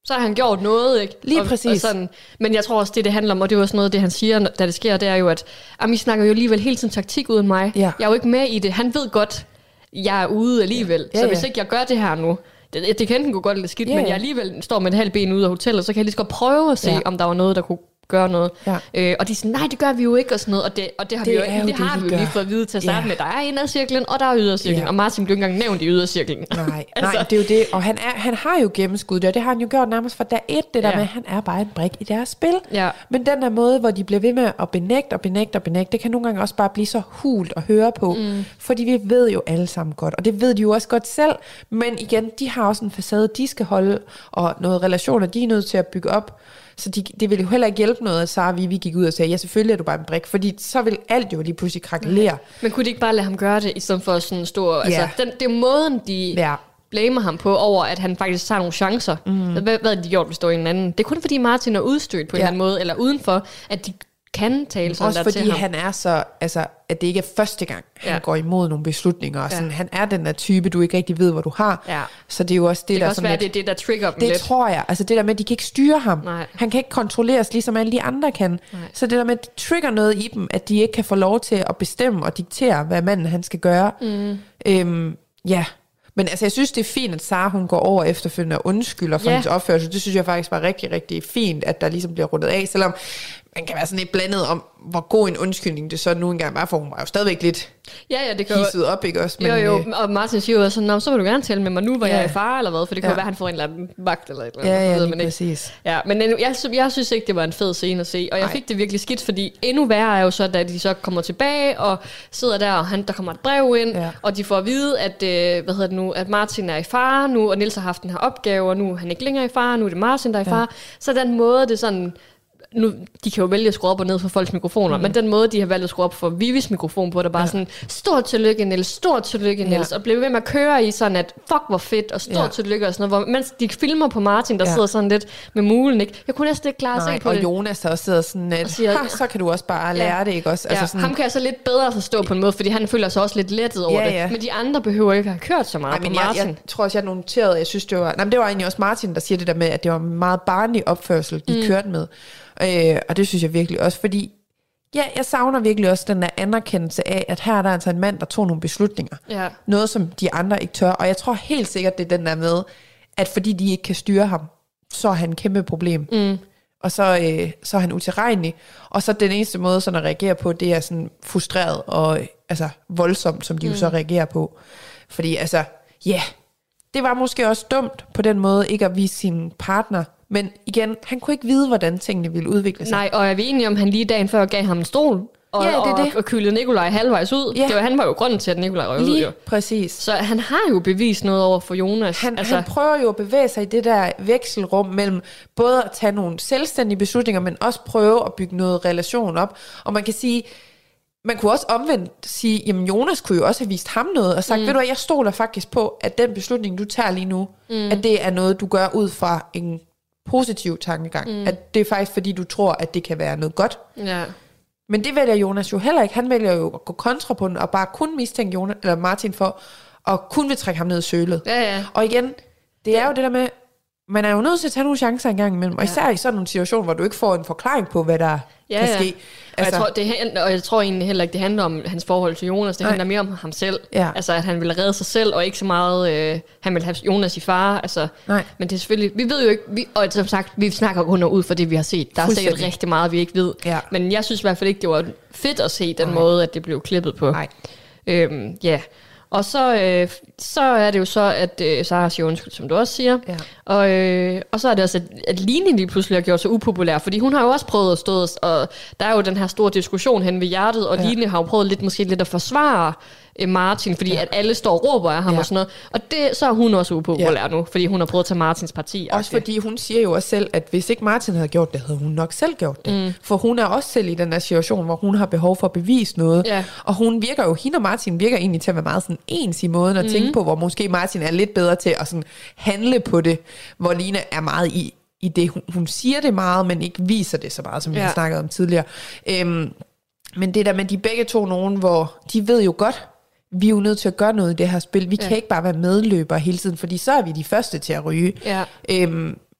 Så har han gjort noget, ikke? Lige og, præcis. Og sådan. Men jeg tror også, det det handler om, og det er også noget, det han siger, da det sker, det er jo, at I snakker jo alligevel hele tiden taktik uden mig. Ja. Jeg er jo ikke med i det. Han ved godt, jeg er ude alligevel. Ja. Ja, så hvis ja. ikke jeg gør det her nu, det, det kan enten gå godt eller skidt, ja, ja. men jeg alligevel står med et halvt ben ude af hotellet, så kan jeg lige så godt prøve at se, ja. om der var noget, der kunne gøre noget. Ja. Øh, og de siger, nej, det gør vi jo ikke, og sådan noget. Og det, og det har det vi jo, jo det, det har vi jo lige fået at vide til at starte yeah. med. Der er indercirklen, og der er ydercirklen. Yeah. Og Martin blev ikke engang nævnt i ydercirklen. Nej, altså. nej, det er jo det. Og han, er, han har jo gennemskud det, og det har han jo gjort nærmest fra dag et, det der ja. med, han er bare en brik i deres spil. Ja. Men den der måde, hvor de bliver ved med at benægte og benægte og benægte, det kan nogle gange også bare blive så hult at høre på. Mm. Fordi vi ved jo alle sammen godt, og det ved de jo også godt selv. Men igen, de har også en facade, de skal holde, og noget relationer, de er nødt til at bygge op. Så de, det ville jo heller ikke hjælpe noget, at Sara og Vivi gik ud og sagde, ja, selvfølgelig er du bare en brik, fordi så vil alt jo lige pludselig krakelere. Men kunne de ikke bare lade ham gøre det, i stedet for sådan stor... Ja. Altså, den, det er måden, de ja. blamer ham på, over at han faktisk tager nogle chancer. Mm. Hvad, hvad de gjort, hvis der var en anden? Det er kun fordi Martin er udstødt på en ja. eller anden måde, eller udenfor, at de kan tale sådan også der fordi til ham. Han er så, altså, at det ikke er første gang, han ja. går imod nogle beslutninger. Og sådan, ja. Han er den der type, du ikke rigtig ved, hvor du har. Ja. Så det er jo også det, det der... Det kan også være, lidt, det er det, der trigger dem det lidt. Det tror jeg. Altså det der med, at de kan ikke styre ham. Nej. Han kan ikke kontrolleres, ligesom alle de andre kan. Nej. Så det der med, at det trigger noget i dem, at de ikke kan få lov til at bestemme og diktere, hvad manden han skal gøre. Mm. Øhm, ja, men altså, jeg synes, det er fint, at Sara, hun går over efterfølgende og undskylder for ja. hendes opførsel. Det synes jeg faktisk var rigtig, rigtig fint, at der ligesom bliver rundet af, selvom man kan være sådan lidt blandet om, hvor god en undskyldning det så nu engang var, for hun var jo stadigvæk lidt ja, ja, det kan hisset op, ikke også? Men, jo, jo, og Martin siger jo sådan, så vil du gerne tale med mig nu, hvor ja. jeg er far, eller hvad, for det kan ja. være, at han får en eller anden vagt, eller et eller andet. Ja, ja, ved, lige præcis. Ja, men jeg, jeg synes ikke, det var en fed scene at se, og jeg Ej. fik det virkelig skidt, fordi endnu værre er jo så, da de så kommer tilbage, og sidder der, og han, der kommer et brev ind, ja. og de får at vide, at, øh, hvad hedder det nu, at Martin er i fare nu, og Niels har haft den her opgave, og nu er han ikke længere i fare, nu er det Martin, der er i fare. Ja. Så den måde, det er sådan... Nu, de kan jo vælge at skrue op og ned for folks mikrofoner, mm. men den måde, de har valgt at skrue op for Vivis mikrofon på, der bare ja. sådan, stort tillykke, Niels, stort tillykke, Niels, ja. og blev ved med at køre i sådan, at fuck, hvor fedt, og stort ja. tillykke, og sådan noget, hvor, mens de filmer på Martin, der ja. sidder sådan lidt med mulen, ikke? Jeg kunne næsten ikke klare at se på og det. Og Jonas der også sidder sådan, at, siger, så kan du også bare lære ja. det, ikke også? Altså ja. sådan, ham kan jeg så lidt bedre forstå på en måde, fordi han føler sig også lidt lettet over ja, ja. det, men de andre behøver ikke have kørt så meget Ej, på Martin. Jeg, jeg tror også, jeg noterede, jeg synes, det var, nej, det var egentlig også Martin, der siger det der med, at det var en meget barnlig opførsel, de mm. kørte med. Øh, og det synes jeg virkelig også, fordi ja, jeg savner virkelig også den der anerkendelse af, at her er der altså en mand, der tog nogle beslutninger. Ja. Noget, som de andre ikke tør. Og jeg tror helt sikkert, det er den der med, at fordi de ikke kan styre ham, så er han et kæmpe problem. Mm. Og så, øh, så er han utilregnelig. Og så den eneste måde, sådan at reagere på, det er sådan frustreret og altså, voldsomt, som de mm. jo så reagerer på. Fordi altså, ja, yeah, det var måske også dumt på den måde, ikke at vise sin partner. Men igen, han kunne ikke vide, hvordan tingene ville udvikle sig. Nej, og er vi enige om, han lige dagen før gav ham en stol, og, ja, det og, det. og kylede Nikolaj halvvejs ud? Ja. Det var, han var jo grunden til, at Nikolaj røg ud. Jo. Præcis. Så han har jo bevist noget over for Jonas. Han, altså, han prøver jo at bevæge sig i det der vekselrum mellem både at tage nogle selvstændige beslutninger, men også prøve at bygge noget relation op. Og man kan sige... Man kunne også omvendt sige, jamen Jonas kunne jo også have vist ham noget, og sagt, mm. ved du hvad, jeg stoler faktisk på, at den beslutning, du tager lige nu, mm. at det er noget, du gør ud fra en positiv tankegang. Mm. At det er faktisk, fordi du tror, at det kan være noget godt. Ja. Men det vælger Jonas jo heller ikke. Han vælger jo at gå kontra på den, og bare kun mistænke Jonas, eller Martin for, at kun vil trække ham ned i sølet. Ja, ja. Og igen, det er jo det der med, man er jo nødt til at tage nogle chancer en gang imellem, og især ja. i sådan nogle situationer, hvor du ikke får en forklaring på, hvad der ja, kan ja. ske. Altså, og, jeg tror, det, og jeg tror egentlig heller ikke, det handler om hans forhold til Jonas, det nej. handler mere om ham selv. Ja. Altså, at han ville redde sig selv, og ikke så meget, øh, han ville have Jonas i fare. Altså, men det er selvfølgelig, vi ved jo ikke, vi, og som sagt, vi snakker kun ud for det, vi har set. Der er sikkert rigtig meget, vi ikke ved. Ja. Men jeg synes i hvert fald ikke, det var fedt at se den nej. måde, at det blev klippet på. Nej. Øhm, ja. Og så, øh, så er det jo så, at øh, Sara siger undskyld, som du også siger. Ja. Og, øh, og så er det også, at, at Line lige pludselig har gjort sig upopulær, fordi hun har jo også prøvet at stå, og der er jo den her store diskussion hen ved hjertet, og ja. Line har jo prøvet lidt, måske lidt at forsvare øh, Martin, fordi ja. at alle står og råber af ham ja. og sådan noget. Og det, så er hun også upopulær ja. nu, fordi hun har prøvet at tage Martins parti. Også fordi hun siger jo også selv, at hvis ikke Martin havde gjort det, havde hun nok selv gjort det. Mm. For hun er også selv i den her situation, hvor hun har behov for at bevise noget. Ja. Og hun virker jo, hende og Martin virker egentlig til at være meget sådan ens i måden at mm. tænke på, hvor måske Martin er lidt bedre til at sådan handle på det, hvor Line er meget i, i det. Hun, hun siger det meget, men ikke viser det så meget, som vi ja. har snakket om tidligere. Øhm, men det der med de begge to nogen, hvor de ved jo godt, vi er jo nødt til at gøre noget i det her spil. Vi ja. kan ikke bare være medløbere hele tiden, fordi så er vi de første til at ryge. Ja. Øhm,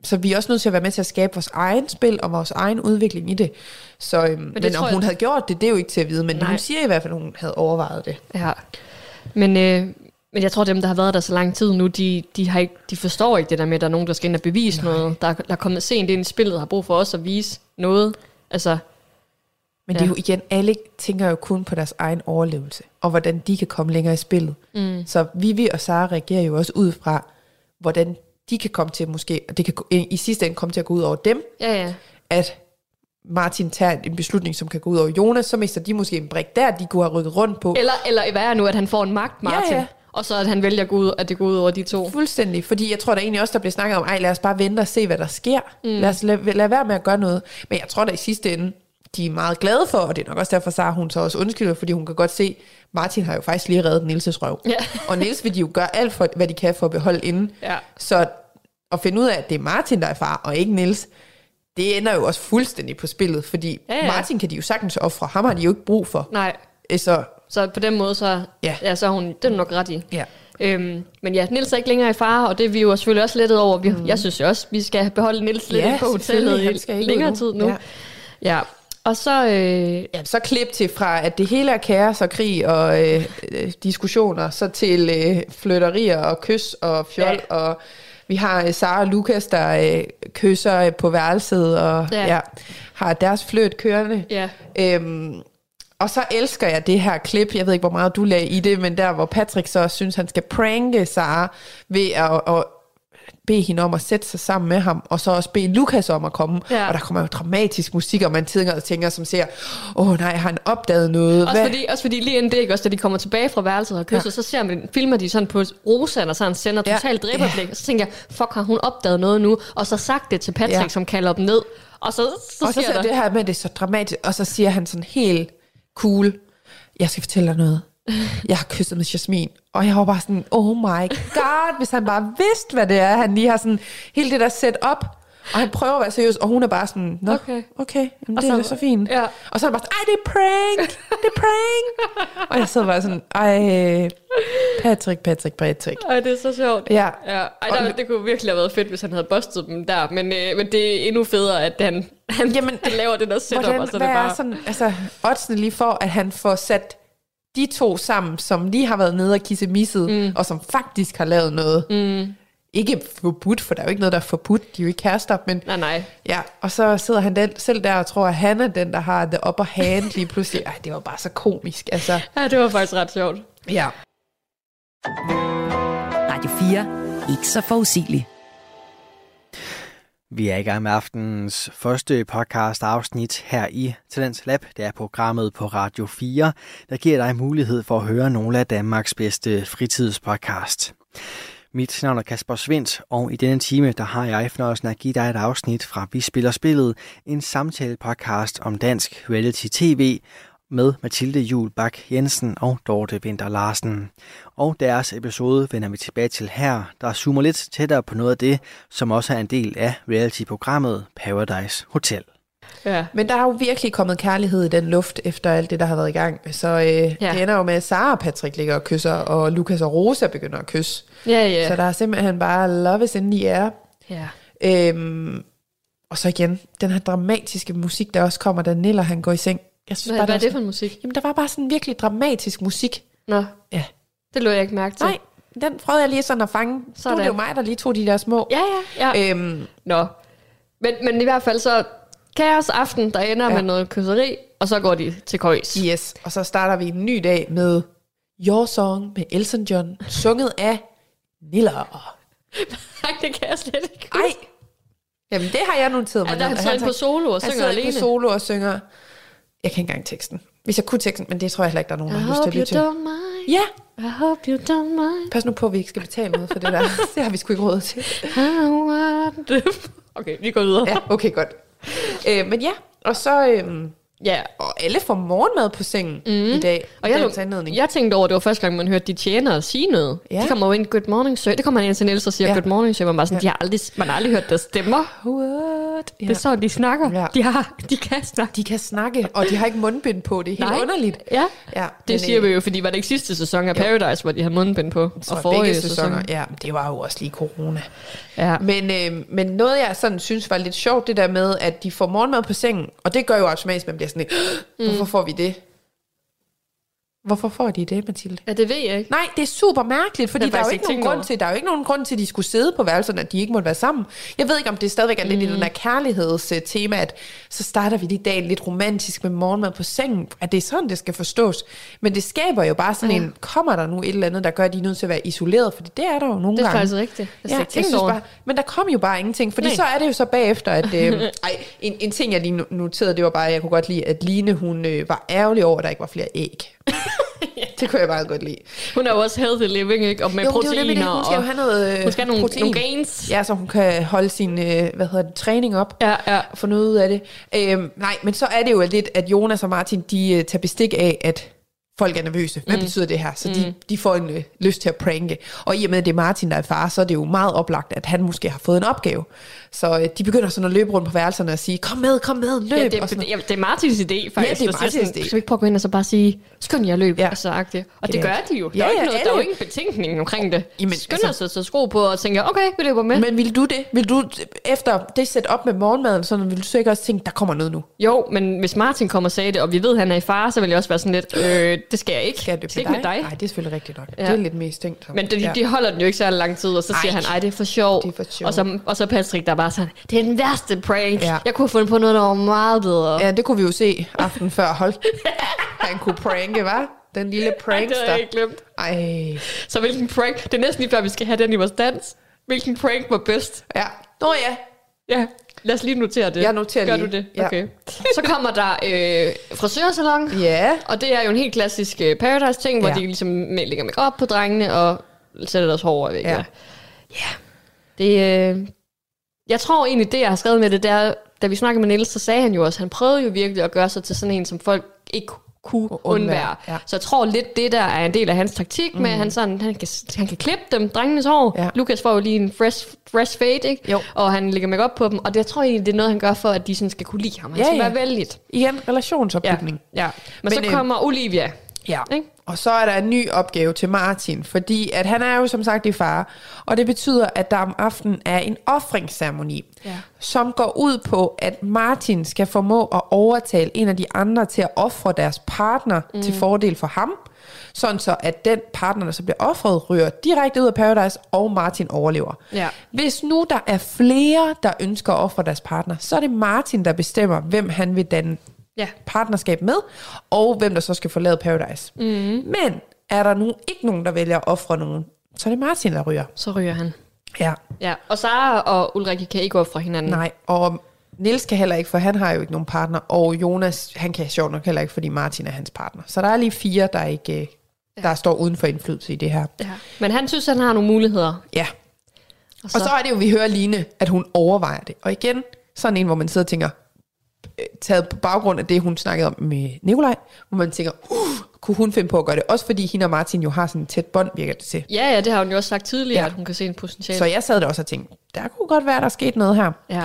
så vi er også nødt til at være med til at skabe vores egen spil og vores egen udvikling i det. Så, øhm, men, men om hun jeg... havde gjort det, det er jo ikke til at vide, men Nej. hun siger i hvert fald, at hun havde overvejet det. Ja, men, øh, men jeg tror, dem, der har været der så lang tid nu, de, de, har ikke, de forstår ikke det der med, at der er nogen, der skal ind og bevise Nej. noget. Der, der er kommet sent ind i spillet, og har brug for os at vise noget. Altså, men ja. det er jo igen, alle tænker jo kun på deres egen overlevelse, og hvordan de kan komme længere i spillet. Mm. Så Vivi og Sara reagerer jo også ud fra, hvordan de kan komme til måske, og det kan i sidste ende komme til at gå ud over dem, ja, ja. at Martin tager en beslutning, som kan gå ud over Jonas, så mister de måske en brik der, de kunne have rykket rundt på. Eller, eller hvad er nu, at han får en magt, Martin, ja, ja. og så at han vælger at, gå ud, at det går ud over de to. Fuldstændig, fordi jeg tror, der egentlig også, der bliver snakket om, ej, lad os bare vente og se, hvad der sker. Mm. Lad os lade, lade være med at gøre noget. Men jeg tror, der i sidste ende, de er meget glade for, og det er nok også derfor, Sara, hun så også undskylder, fordi hun kan godt se, Martin har jo faktisk lige reddet Nielses røv. Ja. Og Niels vil de jo gøre alt for, hvad de kan for at beholde inde. Ja. Så at finde ud af, at det er Martin, der er far, og ikke Niels, det ender jo også fuldstændig på spillet, fordi ja, ja. Martin kan de jo sagtens ofre, ham har de jo ikke brug for. Nej, så, så på den måde, så, ja. Ja, så er hun, det er nok ret i. Ja. Øhm, men ja, Niels er ikke længere i fare, og det er vi jo selvfølgelig også lettet over. Vi, mm. Jeg synes jo også, vi skal beholde Niels lidt ja, på hotellet i længere tid nu. Ja. Ja. Og så... Øh, ja, så klip til fra, at det hele er kaos og krig og øh, øh, diskussioner, så til øh, flytterier og kys og fjol, ja. Og vi har øh, Sara og Lukas, der øh, kysser øh, på værelset og ja. Ja, har deres fløjt kørende. Ja. Øhm, og så elsker jeg det her klip, jeg ved ikke, hvor meget du lagde i det, men der, hvor Patrick så synes, han skal pranke Sara ved at... at bede hende om at sætte sig sammen med ham, og så også bede Lukas om at komme, ja. Og der kommer jo dramatisk musik, og man tænker og tænker, som siger, åh oh, nej, har han opdaget noget? Også fordi, også fordi lige inden det, ikke, også da de kommer tilbage fra værelset og kysser, ja. Så ser man, filmer de sådan på Rosan, og så han sender ja. Totalt dræberblik, ja. Og så tænker jeg, fuck, har hun opdaget noget nu? Og så sagt det til Patrick, ja. Som kalder dem ned, og så, så, og så siger det her med, det er så dramatisk, og så siger han sådan helt cool, jeg skal fortælle dig noget. Jeg har kysset med Jasmin, og jeg var bare sådan, oh my god, hvis han bare vidste, hvad det er, han lige har sådan, hele det der set op, og han prøver at være seriøs, og hun er bare sådan, nå, okay, okay jamen, det så, er så fint. Ja. Og så er han bare sådan, ej, det er prank, det er prank. Og jeg sidder bare sådan, ej, Patrick, Patrick, Patrick. Ej, det er så sjovt. Ja. Ja. Ej, der, det kunne virkelig have været fedt, hvis han havde bustet dem der, men, øh, men det er endnu federe, at han, han jamen, laver det der setup. Hvordan, og så hvad det bare... er sådan, altså, oddsene lige for, at han får sat de to sammen, som lige har været nede og kissemisset, mm. og som faktisk har lavet noget. Mm. Ikke forbudt, for der er jo ikke noget, der er forbudt. De er jo ikke kærester, men... Nej, nej. Ja, og så sidder han den, selv der og tror, at han er den, der har det upper hand lige pludselig. Ej, det var bare så komisk, altså. Ja, det var faktisk ret sjovt. Ja. Radio fire. Ikke så forudsigelig. Vi er i gang med aftenens første podcast afsnit her i Talents Lab. Det er programmet på Radio fire, der giver dig mulighed for at høre nogle af Danmarks bedste fritidspodcast. Mit navn er Kasper Svindt, og i denne time der har jeg fornøjelsen at give dig et afsnit fra Vi Spiller Spillet, en samtale-podcast om dansk reality-tv med Mathilde Juul Bach Jensen og Dorte Winther Larsen. Og deres episode vender vi tilbage til her, der zoomer lidt tættere på noget af det, som også er en del af reality-programmet Paradise Hotel. Ja. Men der er jo virkelig kommet kærlighed i den luft efter alt det, der har været i gang. Så øh, ja. Det ender jo med, at Sara og Patrick ligger og kysser, og Lukas og Rosa begynder at kysse. Ja, ja. Så der er simpelthen bare love is in the air. Ja. Øhm, og så igen, den her dramatiske musik, der også kommer, da Niller han går i seng. Jeg synes hvad bare, hvad er det for en musik? Jamen, der var bare sådan en virkelig dramatisk musik. Nå, ja. Det lå jeg ikke mærke til. Nej, den prøvede jeg lige sådan at fange. Så er det jo mig, der lige tog de der små. Ja, ja, ja. Øhm, Nå, men, men i hvert fald så kaos aften, der ender ja. Med noget kysseri, og så går de til køjs. Yes, og så starter vi en ny dag med Your Song med Elton John, sunget af Niller. Nej, det kan jeg slet ikke. Ej, jamen det har jeg noteret mig. Ja, der han sidder på solo og synger alene. Han sidder på solo og synger. Jeg kan ikke engang teksten. Hvis jeg kunne teksten, men det tror jeg heller ikke, der er nogen, der har lyst til at lytte til. Ja. I hope you don't mind. Pas nu på, at vi ikke skal betale noget for det der. Det har vi sgu ikke råd til. Okay, vi går videre. Ja, okay, godt. Øh, men ja, og så... Øhm, ja, og alle får morgenmad på sengen mm. i dag. Og jeg, jeg tænkte over, det var første gang, man hørte de tjenere sige noget. Ja. De kommer jo ind, good morning sir. Det kommer man ind til Niels og siger, ja. Good morning sir. Man, bare sådan, ja. de har aldrig, man har aldrig hørt deres stemmer. what? Ja. Det er sådan, de snakker. Ja. De, har, de kan snakke. De kan snakke, og de har ikke mundbind på. Det er helt Nej. underligt. Ja, ja det men, siger vi jo, fordi var det ikke sidste sæson af Paradise, jo. hvor de havde mundbind på? Og forrige sæsoner, ja, det var jo også lige corona. Ja. Men, øh, men noget, jeg sådan synes var lidt sjovt, det der med, at de får morgenmad på sengen, og det gør jo automatisk, at man bliver sådan lidt, hvorfor mm. får vi det? Hvorfor får de det, Mathilde? Ja, det ved jeg ikke. Nej, det er super mærkeligt, fordi der er, jo ikke nogen grund over. til, der er jo ikke nogen grund til, at de skulle sidde på værelserne, at de ikke måtte være sammen. Jeg ved ikke, om det stadigvæk er lidt mm. i den der kærlighedstema, at så starter vi lige dagen lidt romantisk med morgenmad på sengen. At det er sådan, det skal forstås. Men det skaber jo bare sådan ja. en, kommer der nu et eller andet, der gør, at de er nødt til at være isoleret? Fordi det er der jo nogle gange. Det er gange. faktisk rigtigt. Jeg ja, jeg synes bare, men der kom jo bare ingenting, fordi Nej. så er det jo så bagefter, at... Øh, ej, en, en ting, jeg lige noterede, det var bare, at jeg kunne godt lide, at Line, hun øh, var ærgerlig over, at der ikke var flere æg. Det kunne jeg bare godt lide. Hun er jo også healthy living, ikke? Og med jo, proteiner. Det det. Hun skal jo have noget Hun skal have nogle, protein. nogle gains. Ja, så hun kan holde sin øh, hvad hedder det, træning op. Ja, ja. Og få noget ud af det. Øhm, nej, men så er det jo lidt, at Jonas og Martin, de øh, tager bestik af, at folk er nervøse. Hvad mm. betyder det her? Så de, mm. de får en øh, lyst til at pranke. Og i og med, at det er Martin, der er far, så er det jo meget oplagt, at han måske har fået en opgave. Så øh, de begynder sådan at løbe rundt på værelserne og sige, kom med, kom med, løb. Ja, det, og sådan. Det, det er Martins idé, faktisk. Ja, det er Martins sådan, idé. Skal vi ikke prøve at gå ind og så bare sige, skynd jer at løbe, ja. og så agtigt. Og ja, det gør de jo. Der, ja, er, ikke ja, noget, der er jo ingen betænkning omkring det. Jamen, skynd altså, sig så sko på og tænker, okay, vi løber med. Men vil du det? Vil du, efter det sætte op med morgenmaden, sådan, vil du så ikke også tænke, der kommer noget nu? Jo, men hvis Martin kommer og sagde det, og vi ved, at han er i fare, så vil jeg også være sådan lidt, øh, det skal jeg ikke. Skal det ikke med dig? Nej, det er selvfølgelig rigtigt nok. Ja. Det er lidt mest tænkt. Men de, de holder den jo ikke så lang tid, og så siger ej, han, ej, det er for sjov. Det er for sjov. Og så, og så Patrick, der er bare sådan, det er den værste prank. Ja. Jeg kunne have fundet på noget, der var meget bedre. Ja, det kunne vi jo se aften før. Hold. Han kunne pranke, hva'? Den lille prankster. Det har jeg ikke glemt. Ej. Så hvilken prank? Det er næsten lige før, vi skal have den i vores dans. Hvilken prank var bedst? Ja. Nå ja. Ja, lad os lige notere det. Jeg noterer Gør lige. du det? Ja. Okay. Så kommer der øh, frisørsalon. Ja. Og det er jo en helt klassisk uh, Paradise-ting, hvor ja. de ligesom lægger make-up på drengene og sætter deres hår væk. Ja. Ja. Det, øh, jeg tror egentlig, det jeg har skrevet med det, der, da vi snakkede med Niels, så sagde han jo også, han prøvede jo virkelig at gøre sig til sådan en, som folk ikke kunne undvære. Ja. Så jeg tror lidt, det der er en del af hans taktik, mm. med at han, sådan, han, kan, han kan klippe dem, drengenes hår. Ja. Lukas får jo lige en fresh, fresh fade, ikke? Jo. Og han lægger make op på dem, og det jeg tror egentlig, det er noget, han gør for, at de sådan skal kunne lide ham. Han ja, skal ja. være vældigt. Igen, relationsopbygning. Ja. Ja. Men, Men så kommer øh, Olivia. Ja, ikke? Og så er der en ny opgave til Martin, fordi at han er jo som sagt i fare, og det betyder, at der om aftenen er en ofringsceremoni, ja. som går ud på, at Martin skal formå at overtale en af de andre til at ofre deres partner mm. til fordel for ham, sådan så at den partner, der så bliver offret, ryger direkte ud af Paradise, og Martin overlever. Ja. Hvis nu der er flere, der ønsker at ofre deres partner, så er det Martin, der bestemmer, hvem han vil danne ja. partnerskab med, og hvem der så skal forlade Paradise. Mm. Men er der nu ikke nogen, der vælger at ofre nogen, så er det Martin, der ryger. Så ryger han. Ja. Ja. Og Sara og Ulrike kan ikke ofre hinanden. Nej, og Niels kan heller ikke, for han har jo ikke nogen partner, og Jonas, han kan sjovt nok heller ikke, fordi Martin er hans partner. Så der er lige fire, der ikke der ja. står uden for indflydelse i det her. Ja. Men han synes, han har nogle muligheder. Ja. Og så, og så er det jo, vi hører Line, at hun overvejer det. Og igen, sådan en, hvor man sidder og tænker, taget på baggrund af det, hun snakkede om med Nikolaj, hvor man tænker, uh, kunne hun finde på at gøre det? Også fordi hende og Martin jo har sådan et tæt bånd, virker det til. Ja, ja, det har hun jo også sagt tidligere, ja. at hun kan se en potentiale. Så jeg sad der også og tænkte, der kunne godt være, der er sket noget her. Ja.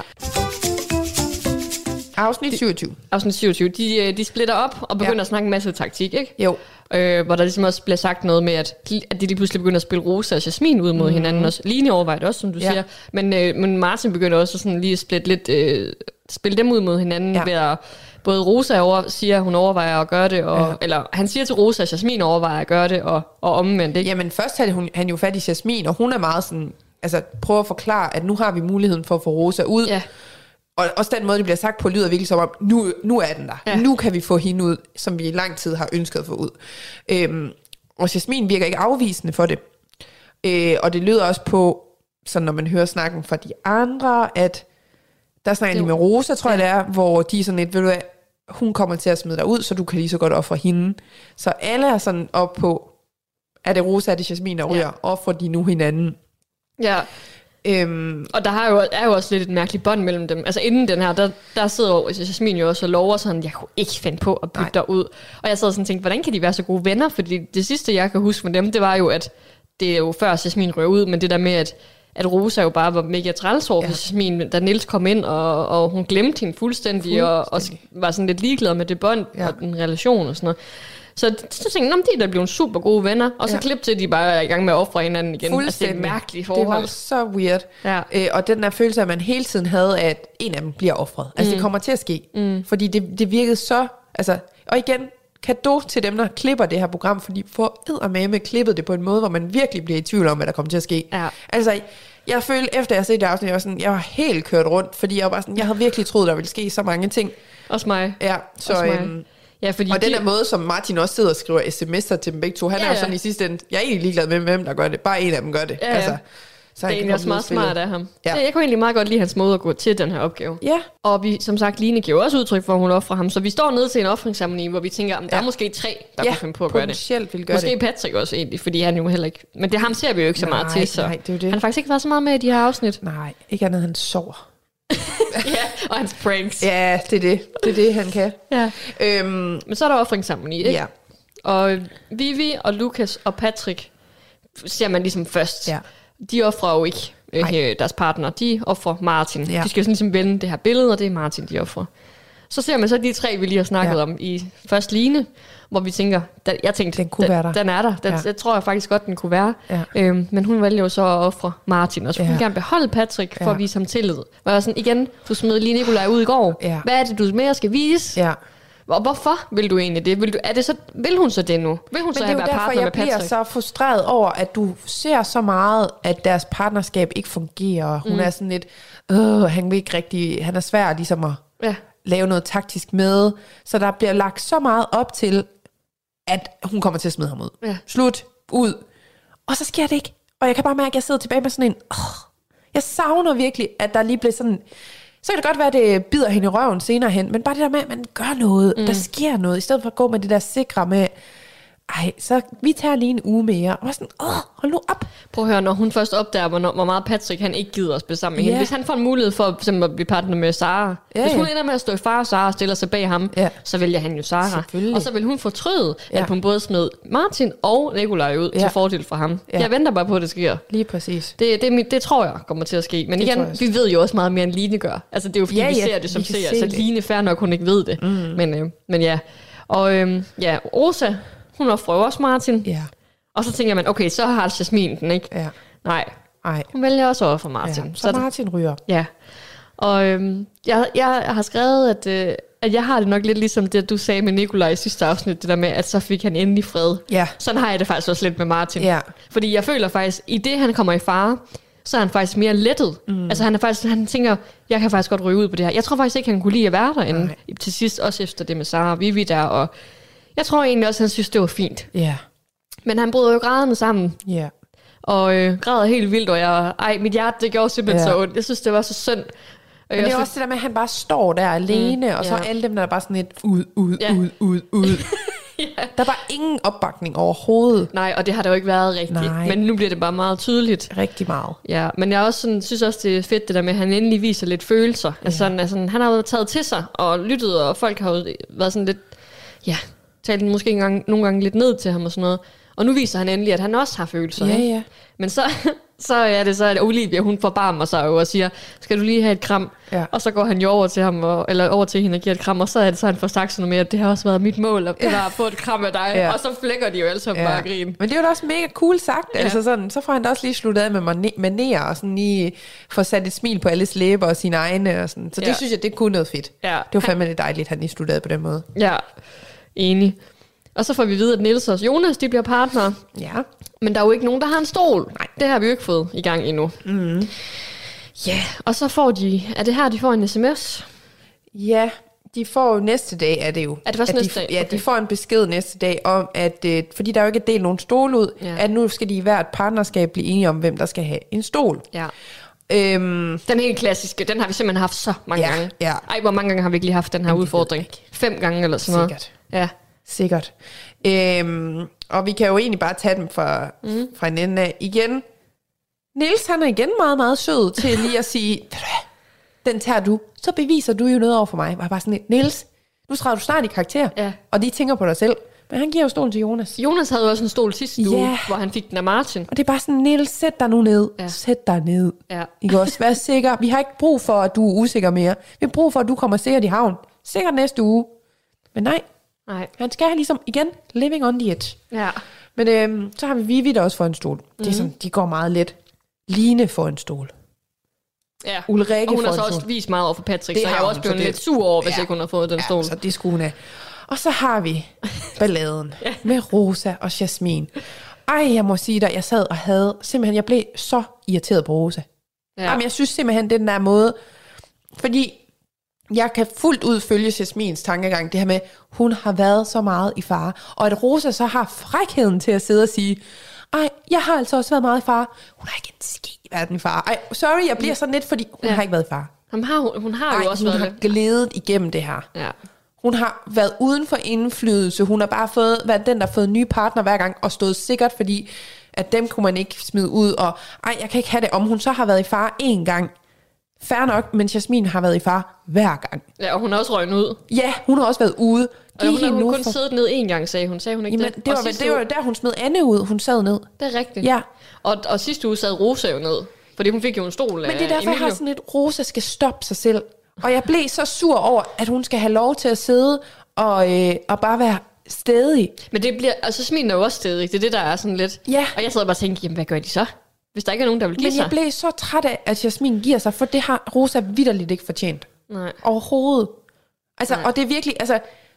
Afsnit syvogtyve. Afsnit syvogtyve. De, de splitter op og begynder ja. at snakke en masse taktik, ikke? Jo. Øh, hvor der ligesom også bliver sagt noget med, at, at de lige pludselig begynder at spille Rosa og Jasmin ud mod mm-hmm. hinanden. Også. Line overvejer det også, som du ja. siger. Men, øh, men Martin begynder også sådan lige at splitte lidt, øh, spille dem ud mod hinanden ja. ved at både Rosa over, siger, at hun overvejer at gøre det, og, ja. eller han siger til Rosa, at Jasmin overvejer at gøre det, og, og omvendt, ikke? Jamen først havde hun, han jo fat i Jasmin, og hun er meget sådan, altså prøver at forklare, at nu har vi muligheden for at få Rosa ud. Ja. Og også den måde, det bliver sagt på, lyder virkelig som om, nu, nu er den der. Ja. Nu kan vi få hende ud, som vi i lang tid har ønsket at få ud. Øhm, og Jasmin virker ikke afvisende for det. Øh, og det lyder også på, sådan når man hører snakken fra de andre, at der snakker de med Rosa, tror ja. jeg det er, hvor de er sådan lidt, ved du hvad, hun kommer til at smide dig ud, så du kan lige så godt ofre hende. Så alle er sådan op på, er det Rosa, er det Jasmin, der ryger, ja. offrer de nu hinanden. Ja. Øhm, og der har jo, er jo også lidt et mærkeligt bånd mellem dem. Altså inden den her, der, der sidder jo Jasmin jo også og lover sådan, jeg kunne ikke finde på at bytte dig ud. Og jeg sad sådan og tænkte, hvordan kan de være så gode venner? Fordi det sidste, jeg kan huske fra dem, det var jo, at det er jo før Jasmin rører ud, men det der med, at at Rosa jo bare var mega træls over for Jasmin, da Niels kom ind, og, og hun glemte hende fuldstændig, fuldstændig. Og, og var sådan lidt ligeglad med det bånd ja. og den relation og sådan noget. Så, så tænkte jeg, de er da blevet super gode venner, og så ja. klip til, at de bare er i gang med at ofre hinanden igen. Altså, det er et mærkeligt forhold. Det var så weird. Ja. Øh, og den der følelse, at man hele tiden havde, at en af dem bliver offret. Altså, mm. det kommer til at ske. Mm. Fordi det, det virkede så... Altså, og igen, cadeau til dem, der klipper det her program, fordi for eddermame klippet det på en måde, hvor man virkelig bliver i tvivl om, hvad der kommer til at ske. Ja. Altså, jeg følte, efter jeg set det afsnit, jeg var, sådan, jeg var helt kørt rundt, fordi jeg var bare sådan, jeg havde virkelig troet, der ville ske så mange ting. Også mig. Ja, så... Også mig. Øhm, Ja, fordi og de... den der måde, som Martin også sidder og skriver sms'er til dem begge to, han ja, er jo sådan ja. i sidste ende, jeg er egentlig ligeglad med, hvem der gør det, bare en af dem gør det. Ja, ja. Altså, så det er egentlig også meget smart af ham. Ja. Jeg kunne egentlig meget godt lide hans måde at gå til den her opgave. Ja. Og vi, som sagt, Line giver også udtryk for, at hun offrer ham, så vi står nede til en offringsceremoni, hvor vi tænker, at der ja. er måske tre, der ja, kunne finde på at gøre det. Vil gøre måske det. Patrick også egentlig, fordi han jo heller ikke... Men det ham ser vi jo ikke så nej, meget til, så nej, det er det. Han har faktisk ikke været så meget med i de her afsnit. Nej, ikke andet, han sover. Ja, og hans pranks. Ja, det er det. Det er det, han kan. Ja. Øhm, Men så er der offringsceremoni, ikke? Ja. Og Vivi og Lukas og Patrick ser man ligesom først. Ja. De offrer jo ikke øh, deres partner. De offrer Martin. Ja. De skal jo sådan ligesom vende det her billede, og det er Martin, de offrer. Så ser man så de tre, vi lige har snakket ja. om i først Line, hvor vi tænker, der, jeg tænkte, den, kunne den, være der. den er der. Den, ja. Det tror jeg faktisk godt, den kunne være. Ja. Øhm, men hun valgte jo så at ofre Martin, og så ville ja. gerne beholde Patrick for ja. at vise ham tillid. Hvor jeg sådan, igen, du smed lige Nikolaj ud i går. Ja. Hvad er det, du mere skal vise? Ja. Og hvorfor vil du egentlig det? Vil, du, er det så, vil hun så det nu? Vil hun men så have været partner med Patrick? Jeg bliver så frustreret over, at du ser så meget, at deres partnerskab ikke fungerer. Hun mm. er sådan lidt, øh, han vil ikke rigtig, han er svær ligesom at... Ja. lave noget taktisk med, så der bliver lagt så meget op til, at hun kommer til at smide ham ud. Ja. Slut, ud. Og så sker det ikke. Og jeg kan bare mærke, at jeg sidder tilbage med sådan en, åh, jeg savner virkelig, at der lige bliver sådan, så kan det godt være, at det bider hende i røven senere hen, men bare det der med, at man gør noget, mm. der sker noget, i stedet for at gå med det der sikre med, ej, så vi tager lige en uge mere. Og sådan, åh, hold nu op. Prøv at høre, når hun først opdager, hvor, hvor meget Patrick han ikke gider at spille sammen med yeah. hende. Hvis han får en mulighed for, for eksempel, at blive partner med Sara. Yeah, hvis hun ender med at stå i far og Sara og stiller sig bag ham, yeah. så vælger han jo Sara. Og så vil hun fortryde, yeah. at hun både smed Martin og Nikolaj ud yeah. til fordel for ham. Yeah. Jeg venter bare på, at det sker. Lige præcis. Det, det, det tror jeg kommer til at ske. Men det igen, vi ved jo også meget mere, end Line gør. Altså, det er jo fordi, yeah, vi ser det som ser. Så Line fair nok, hun ikke ved det. Mm. Men, øh, men ja. Og øh, ja, Rosa... Hun offrer også Martin. Ja. Og så tænker man, okay, så har Jasmin den, ikke? Ja. Nej. Ej. Hun vælger også at ofre Martin. Ja, så, så Martin ryger. Ja. Og øhm, jeg, jeg har skrevet, at, øh, at jeg har det nok lidt ligesom det, du sagde med Nikolaj i sidste afsnit, det der med, at så fik han endelig fred. Ja. Sådan har jeg det faktisk også lidt med Martin. Ja. Fordi jeg føler faktisk, i det han kommer i fare, så er han faktisk mere lettet. Mm. Altså han er faktisk, han tænker, jeg kan faktisk godt ryge ud på det her. Jeg tror faktisk ikke, han kunne lide at være derinde. Nej. Til sidst, også efter det med Sara og Vivi der, og jeg tror egentlig også, at han synes, det var fint. Ja. Yeah. Men han bryder jo grædende sammen. Ja. Yeah. Og øh, græder helt vildt, og jeg, ej, mit hjerte, det gjorde simpelthen yeah. så ondt. Jeg synes, det var så synd. Men det er også det der med, at han bare står der alene, mm, og så yeah. alle dem, der er bare sådan lidt ud, ud, yeah. ud, ud, ud. yeah. Der var ingen opbakning overhovedet. Nej, og det har der jo ikke været rigtigt. Nej. Men nu bliver det bare meget tydeligt. Rigtig meget. Ja, men jeg også sådan, synes også, det er fedt, det der med, at han endelig viser lidt følelser. Yeah. Altså, altså, han har jo taget til sig og lyttet, og folk har jo været sådan lidt, ja... talte måske engang, nogle gange lidt ned til ham og sådan noget. Og nu viser han endelig, at han også har følelser. Ja, ja. Men så, så er det så, at Olivia, hun forbarmer sig jo og siger, skal du lige have et kram? Ja. Og så går han jo over til ham, og, eller over til hende og giver et kram, og så er det så, han får sagt sådan noget med, at det har også været mit mål, at det var at få et kram af dig. Ja. Og så flækker de jo alle sammen ja. bare grin. Men det er jo også mega cool sagt. Ja. Altså sådan, så får han da også lige sluttet af med manerer, og sådan lige får sat et smil på alles læber og sine egne. Og sådan. Så det ja. synes jeg, det kunne noget fedt. Ja. Det var fandme han... dejligt, at han lige sluttede af på den måde. Ja. Enig. Og så får vi vide, at Niels og Jonas, de bliver partnere. Ja. Men der er jo ikke nogen, der har en stol. Nej. Det har vi jo ikke fået i gang endnu. Mm. Ja, og så får de... Er det her, de får en sms? Ja, de får jo næste dag, er det jo. Er det først næste de, dag? Ja, okay. de får en besked næste dag om, at øh, fordi der jo ikke er delt nogen stol ud, ja. at nu skal de i hvert partnerskab blive enige om, hvem der skal have en stol. Ja. Øhm, den helt klassiske, den har vi simpelthen haft så mange ja, gange. Ja. Ej, hvor mange gange har vi ikke lige haft den her udfordring? Fem gange eller sådan noget. Sikkert. Ja. Sikkert. Øhm, og vi kan jo egentlig bare tage dem fra, mm. fra en ende af. Igen, Niels han er igen meget, meget sød til lige at sige, den tager du, så beviser du jo noget over for mig. Og jeg bare sådan lidt, Niels, nu træder du snart i karakter, ja. og de tænker på dig selv. Men han giver jo stolen til Jonas. Jonas havde jo også en stol sidste uge, Ja. hvor han fik den af Martin. Og det er bare sådan, Niels, sæt dig nu ned. Ja. Sæt dig ned. Ja. I kan også være sikker. Vi har ikke brug for, at du er usikker mere. Vi har brug for, at du kommer sikkert i havn. Sikkert næste uge. Men nej, Nej. han skal have ligesom, igen, living on the edge. Ja. Men øhm, så har vi Vivi, der også får en stol. Mm. Det er sådan, de går meget let. Line får en stol. Ja. Ulrikke og hun har får så en også stol. vist meget over for Patrick, Det så jeg har er hun, også så blevet det- lidt sur over, hvis Ja. ikke hun har fået den Ja, stol. så det skulle hun have. Og så har vi balladen ja. med Rosa og Jasmin. Ej, jeg må sige dig, jeg sad og havde, simpelthen, jeg blev så irriteret på Rosa. Ja. Jamen, jeg synes simpelthen, det er den der måde, fordi jeg kan fuldt ud følge Jasmins tankegang, det her med, hun har været så meget i fare, og at Rosa så har frækheden til at sidde og sige, ej, jeg har altså også været meget i fare. Hun har ikke en ski været i fare. Ej, sorry, jeg bliver sådan lidt, fordi hun Ja. har ikke været i fare. Hun har, hun, hun har Ej, jo også hun været har det. glædet igennem det her. Ja. Hun har været uden for indflydelse. Hun har bare fået, været den, der har fået nye partner hver gang, og stået sikkert, fordi at dem kunne man ikke smide ud. Og ej, jeg kan ikke have det, om hun så har været i fare én gang. Fair nok, men Jasmin har været i fare hver gang. Ja, og hun har også røgnet ud. Ja, hun har også været ude. Og hun har hende hun nu kun for- siddet ned en gang, sagde hun. Sagde hun ikke Jamen, det? det, Og var, vel- sidste det var uge- jo der, hun smed Anne ud. Hun sad ned. Det er rigtigt. Ja. Og, og sidste uge sad Rosa jo ned, fordi hun fik jo en stol af Men det er derfor, Emilio. jeg har sådan lidt, Rosa skal stoppe sig selv. Og jeg blev så sur over, at hun skal have lov til at sidde og, øh, og bare være stædig. Men det bliver, altså Jasmin er jo også stedig, det er det, der er sådan lidt. Ja. Og jeg sad bare og tænkte, jamen hvad gør de så? Hvis der ikke er nogen, der vil give Men sig. jeg blev så træt af, at Jasmin giver sig, for det har Rosa vitterligt ikke fortjent. Nej. Overhovedet. Altså, Nej. og det er virkelig, altså,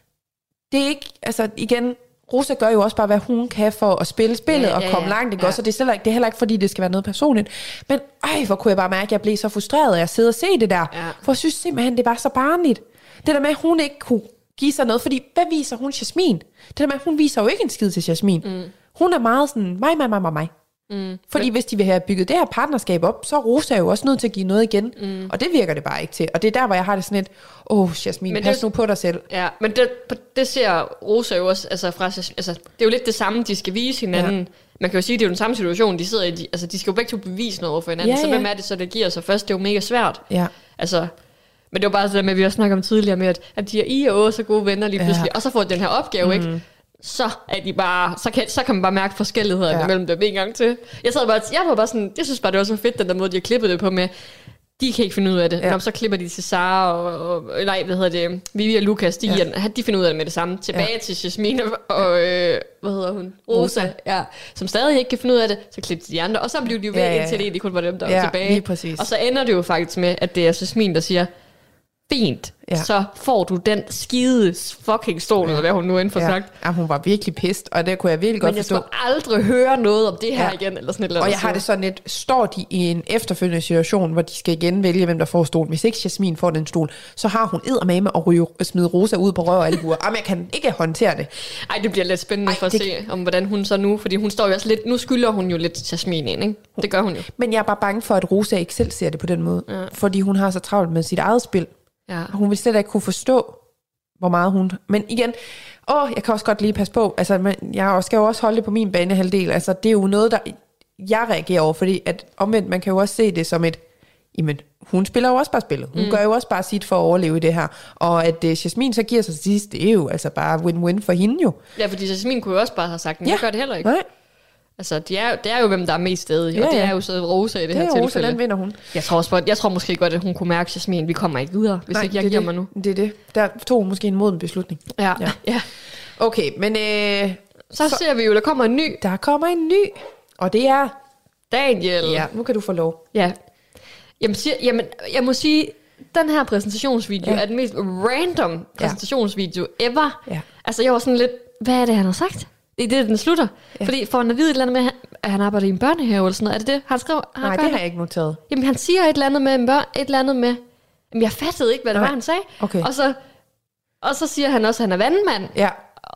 det er ikke, altså igen, Rosa gør jo også bare, hvad hun kan for at spille spillet Ja, og ja, komme ja. langt, ikke Ja. også? Og det er, heller ikke, det er heller ikke, fordi det skal være noget personligt. Men ej, hvor kunne jeg bare mærke, at jeg blev så frustreret af at sidde og se det der. Ja. For jeg synes simpelthen, det var så barnligt. Det der med, at hun ikke kunne give sig noget, fordi hvad viser hun Jasmin? Det der med, at hun viser jo ikke en skid til Jasmin. Mm. Hun er meget sådan, mig, mig, mig, mig, mig. Mm. Fordi hvis de vil have bygget det her partnerskab op, så er Rosa jo også nødt til at give noget igen. Mm. Og det virker det bare ikke til. Og det er der, hvor jeg har det sådan lidt, åh, oh, Jasmin, Men pas det- nu på dig selv. Ja, men det, det ser Rosa jo også, altså, fra, altså det er jo lidt det samme, de skal vise hinanden. Ja. Man kan jo sige, det er jo den samme situation, de sidder i. De, altså, de skal jo begge to bevise noget over for hinanden. Ja, så ja. hvem er det så, der giver sig først? Det er jo mega svært. Ja. Altså, men det var bare det med, at vi har snakket om tidligere med, at, at de er i og så gode venner lige pludselig. Ja. Og så får de den her opgave, mm. ikke? Så er de bare, så kan, så kan man bare mærke forskellighederne Ja. mellem dem en gang til. Jeg sad bare, jeg var bare sådan, jeg synes bare, det var så fedt, den der måde, de har klippet det på med, de kan ikke finde ud af det. Ja. Nå, så klipper de til Sara og, og, nej, hvad hedder det, Vivi og Lukas, de, Ja. ja. de finder ud af det med det samme. Tilbage ja. til Jasmine og, øh, hvad hedder hun? Rosa, Rosa. ja, som stadig ikke kan finde ud af det, så klipper de de andre, og så bliver de jo ved, Ja, ja, ja. indtil det egentlig kun var dem, der Ja, var tilbage. lige præcis. Og så ender det jo faktisk med, at det er Jasmine, der siger, fint, Ja. ja. så får du den skide fucking stol, eller hvad hun nu end får Ja. sagt. Ja, hun var virkelig pissed, og det kunne jeg virkelig godt Men jeg forstå. skal aldrig høre noget om det her Ja. ja. igen, eller sådan et eller Og andet. jeg har det sådan lidt, står de i en efterfølgende situation, hvor de skal igen vælge, hvem der får stolen. Hvis ikke Jasmin får den stol, så har hun eddermame at ryge, smide Rosa ud på røv og albuer. Jamen, jeg kan ikke håndtere det. Ej, det bliver lidt spændende Ej, for at det- se, om hvordan hun så nu, fordi hun står jo også lidt, nu skylder hun jo lidt Jasmin ind, ikke? Det gør hun jo. Men jeg er bare bange for, at Rosa ikke selv ser det på den måde. Ja. Fordi hun har så travlt med sit eget spil. Ja. Og hun vil slet ikke kunne forstå, hvor meget hun... Men igen, åh, jeg kan også godt lige passe på. Altså, men jeg skal jo også holde det på min banehalvdel. Altså, det er jo noget, der jeg reagerer over. Fordi at omvendt, man kan jo også se det som et... Jamen, hun spiller jo også bare spillet. Hun mm. gør jo også bare sit for at overleve i det her. Og at uh, Jasmin så giver sig til sidst, det er jo altså bare win-win for hende jo. Ja, fordi Jasmin kunne jo også bare have sagt, men ja. jeg gør det heller ikke. Nej, Altså, det er, det er jo, hvem der er mest stedig, Ja, og det ja. er jo så Rosa i det, det her er jo Rosa, tilfælde. den vinder hun. Jeg tror, også, på- jeg tror måske godt, at hun kunne mærke, Jasmin, vi kommer ikke videre, hvis Nej, ikke jeg det er giver det. mig nu. Det er det. Der tog hun måske en moden beslutning. Ja, Ja. ja. ja. Okay, men øh, Så, så ser vi jo, der kommer en ny der kommer en ny. Og det er... Daniel. Ja, nu kan du få lov. Ja. Jamen, siger, jamen, jeg må sige, den her præsentationsvideo Ja. ja. er den mest random præsentationsvideo ever. Ja. Altså, jeg var sådan lidt, hvad er det, han har sagt? Det er det, den slutter. Ja. Ja. Fordi får han at vide et eller andet med, at han arbejder i en børnehave eller sådan noget. Er det det, han skrev? Han Nej, gør det har jeg ikke noteret. Jamen, han siger et eller andet med en børn, et eller andet med... Jamen, jeg fattede ikke, hvad det Nej. var, han sagde. Okay. Og så, og så siger han også, at han er vandmand. Ja,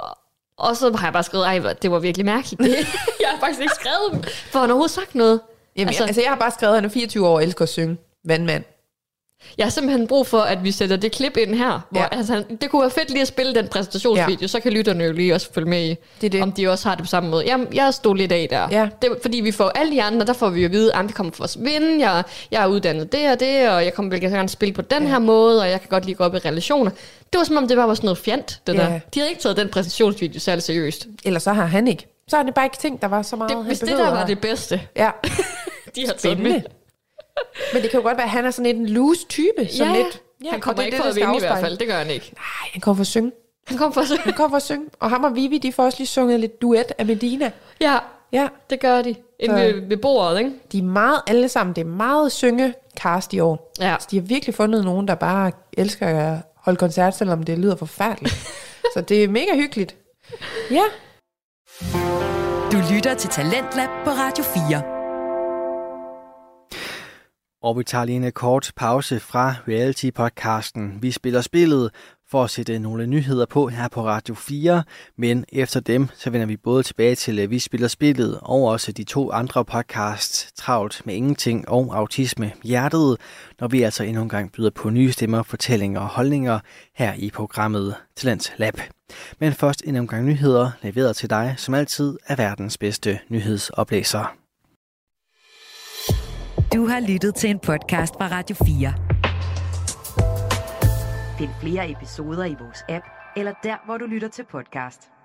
Og så har jeg bare skrevet, ej, det var virkelig mærkeligt. Det, jeg har faktisk ikke skrevet dem, for han har overhovedet sagt noget. Jamen, altså, altså jeg har bare skrevet, at han er fireogtyve år og elsker at synge. Vandmand. Jeg har simpelthen brug for, at vi sætter det klip ind her. Hvor, ja. altså, det kunne være fedt lige at spille den præsentationsvideo, ja. så kan lytterne jo lige også følge med i, det er det. Om de også har det på samme måde. Jeg, jeg stod lidt af der. Ja. Det, fordi vi får alle de andre, der får vi jo at vide, at vi kommer for at vinde, jeg, jeg er uddannet det og det, og jeg kommer vel gerne spille på den ja. her måde, og jeg kan godt lige gå op i relationer. Det var som om, det bare var sådan noget fjant, det ja. der. De havde ikke taget den præsentationsvideo særlig seriøst. Eller så har han ikke. Så har han bare ikke tænkt, der var så meget, det, Hvis det der var det bedste. Ja. de har taget med. Men det kan jo godt være, at han er sådan en loose type. Sådan ja, lidt, ja, han kommer ikke for at vinde i hvert fald. Det gør han ikke. Nej, han kommer for at synge. Han kommer for at synge. Han kommer for at synge. Og ham og Vivi, de får også lige sunget lidt duet af Medina. Ja, ja. det gør de. Inde ved, ved bordet, ikke? De er meget, alle sammen, det er meget synge-cast i år. Ja. Så de har virkelig fundet nogen, der bare elsker at holde koncert, selvom det lyder forfærdeligt. Så det er mega hyggeligt. Ja. Du lytter til Talentlab på Radio fire. Og vi tager lige en kort pause fra reality-podcasten Vi Spiller Spillet for at sætte nogle nyheder på her på Radio fire. Men efter dem, så vender vi både tilbage til Vi Spiller Spillet og også de to andre podcasts, Travlt med Ingenting og Autisme Hjertet, når vi altså endnu en gang byder på nye stemmer, fortællinger og holdninger her i programmet Talentlab. Men først en omgang nyheder leveret til dig, som altid er verdens bedste nyhedsoplæser. Du har lyttet til en podcast fra Radio fire. Find flere episoder i vores app, eller der, hvor du lytter til podcast.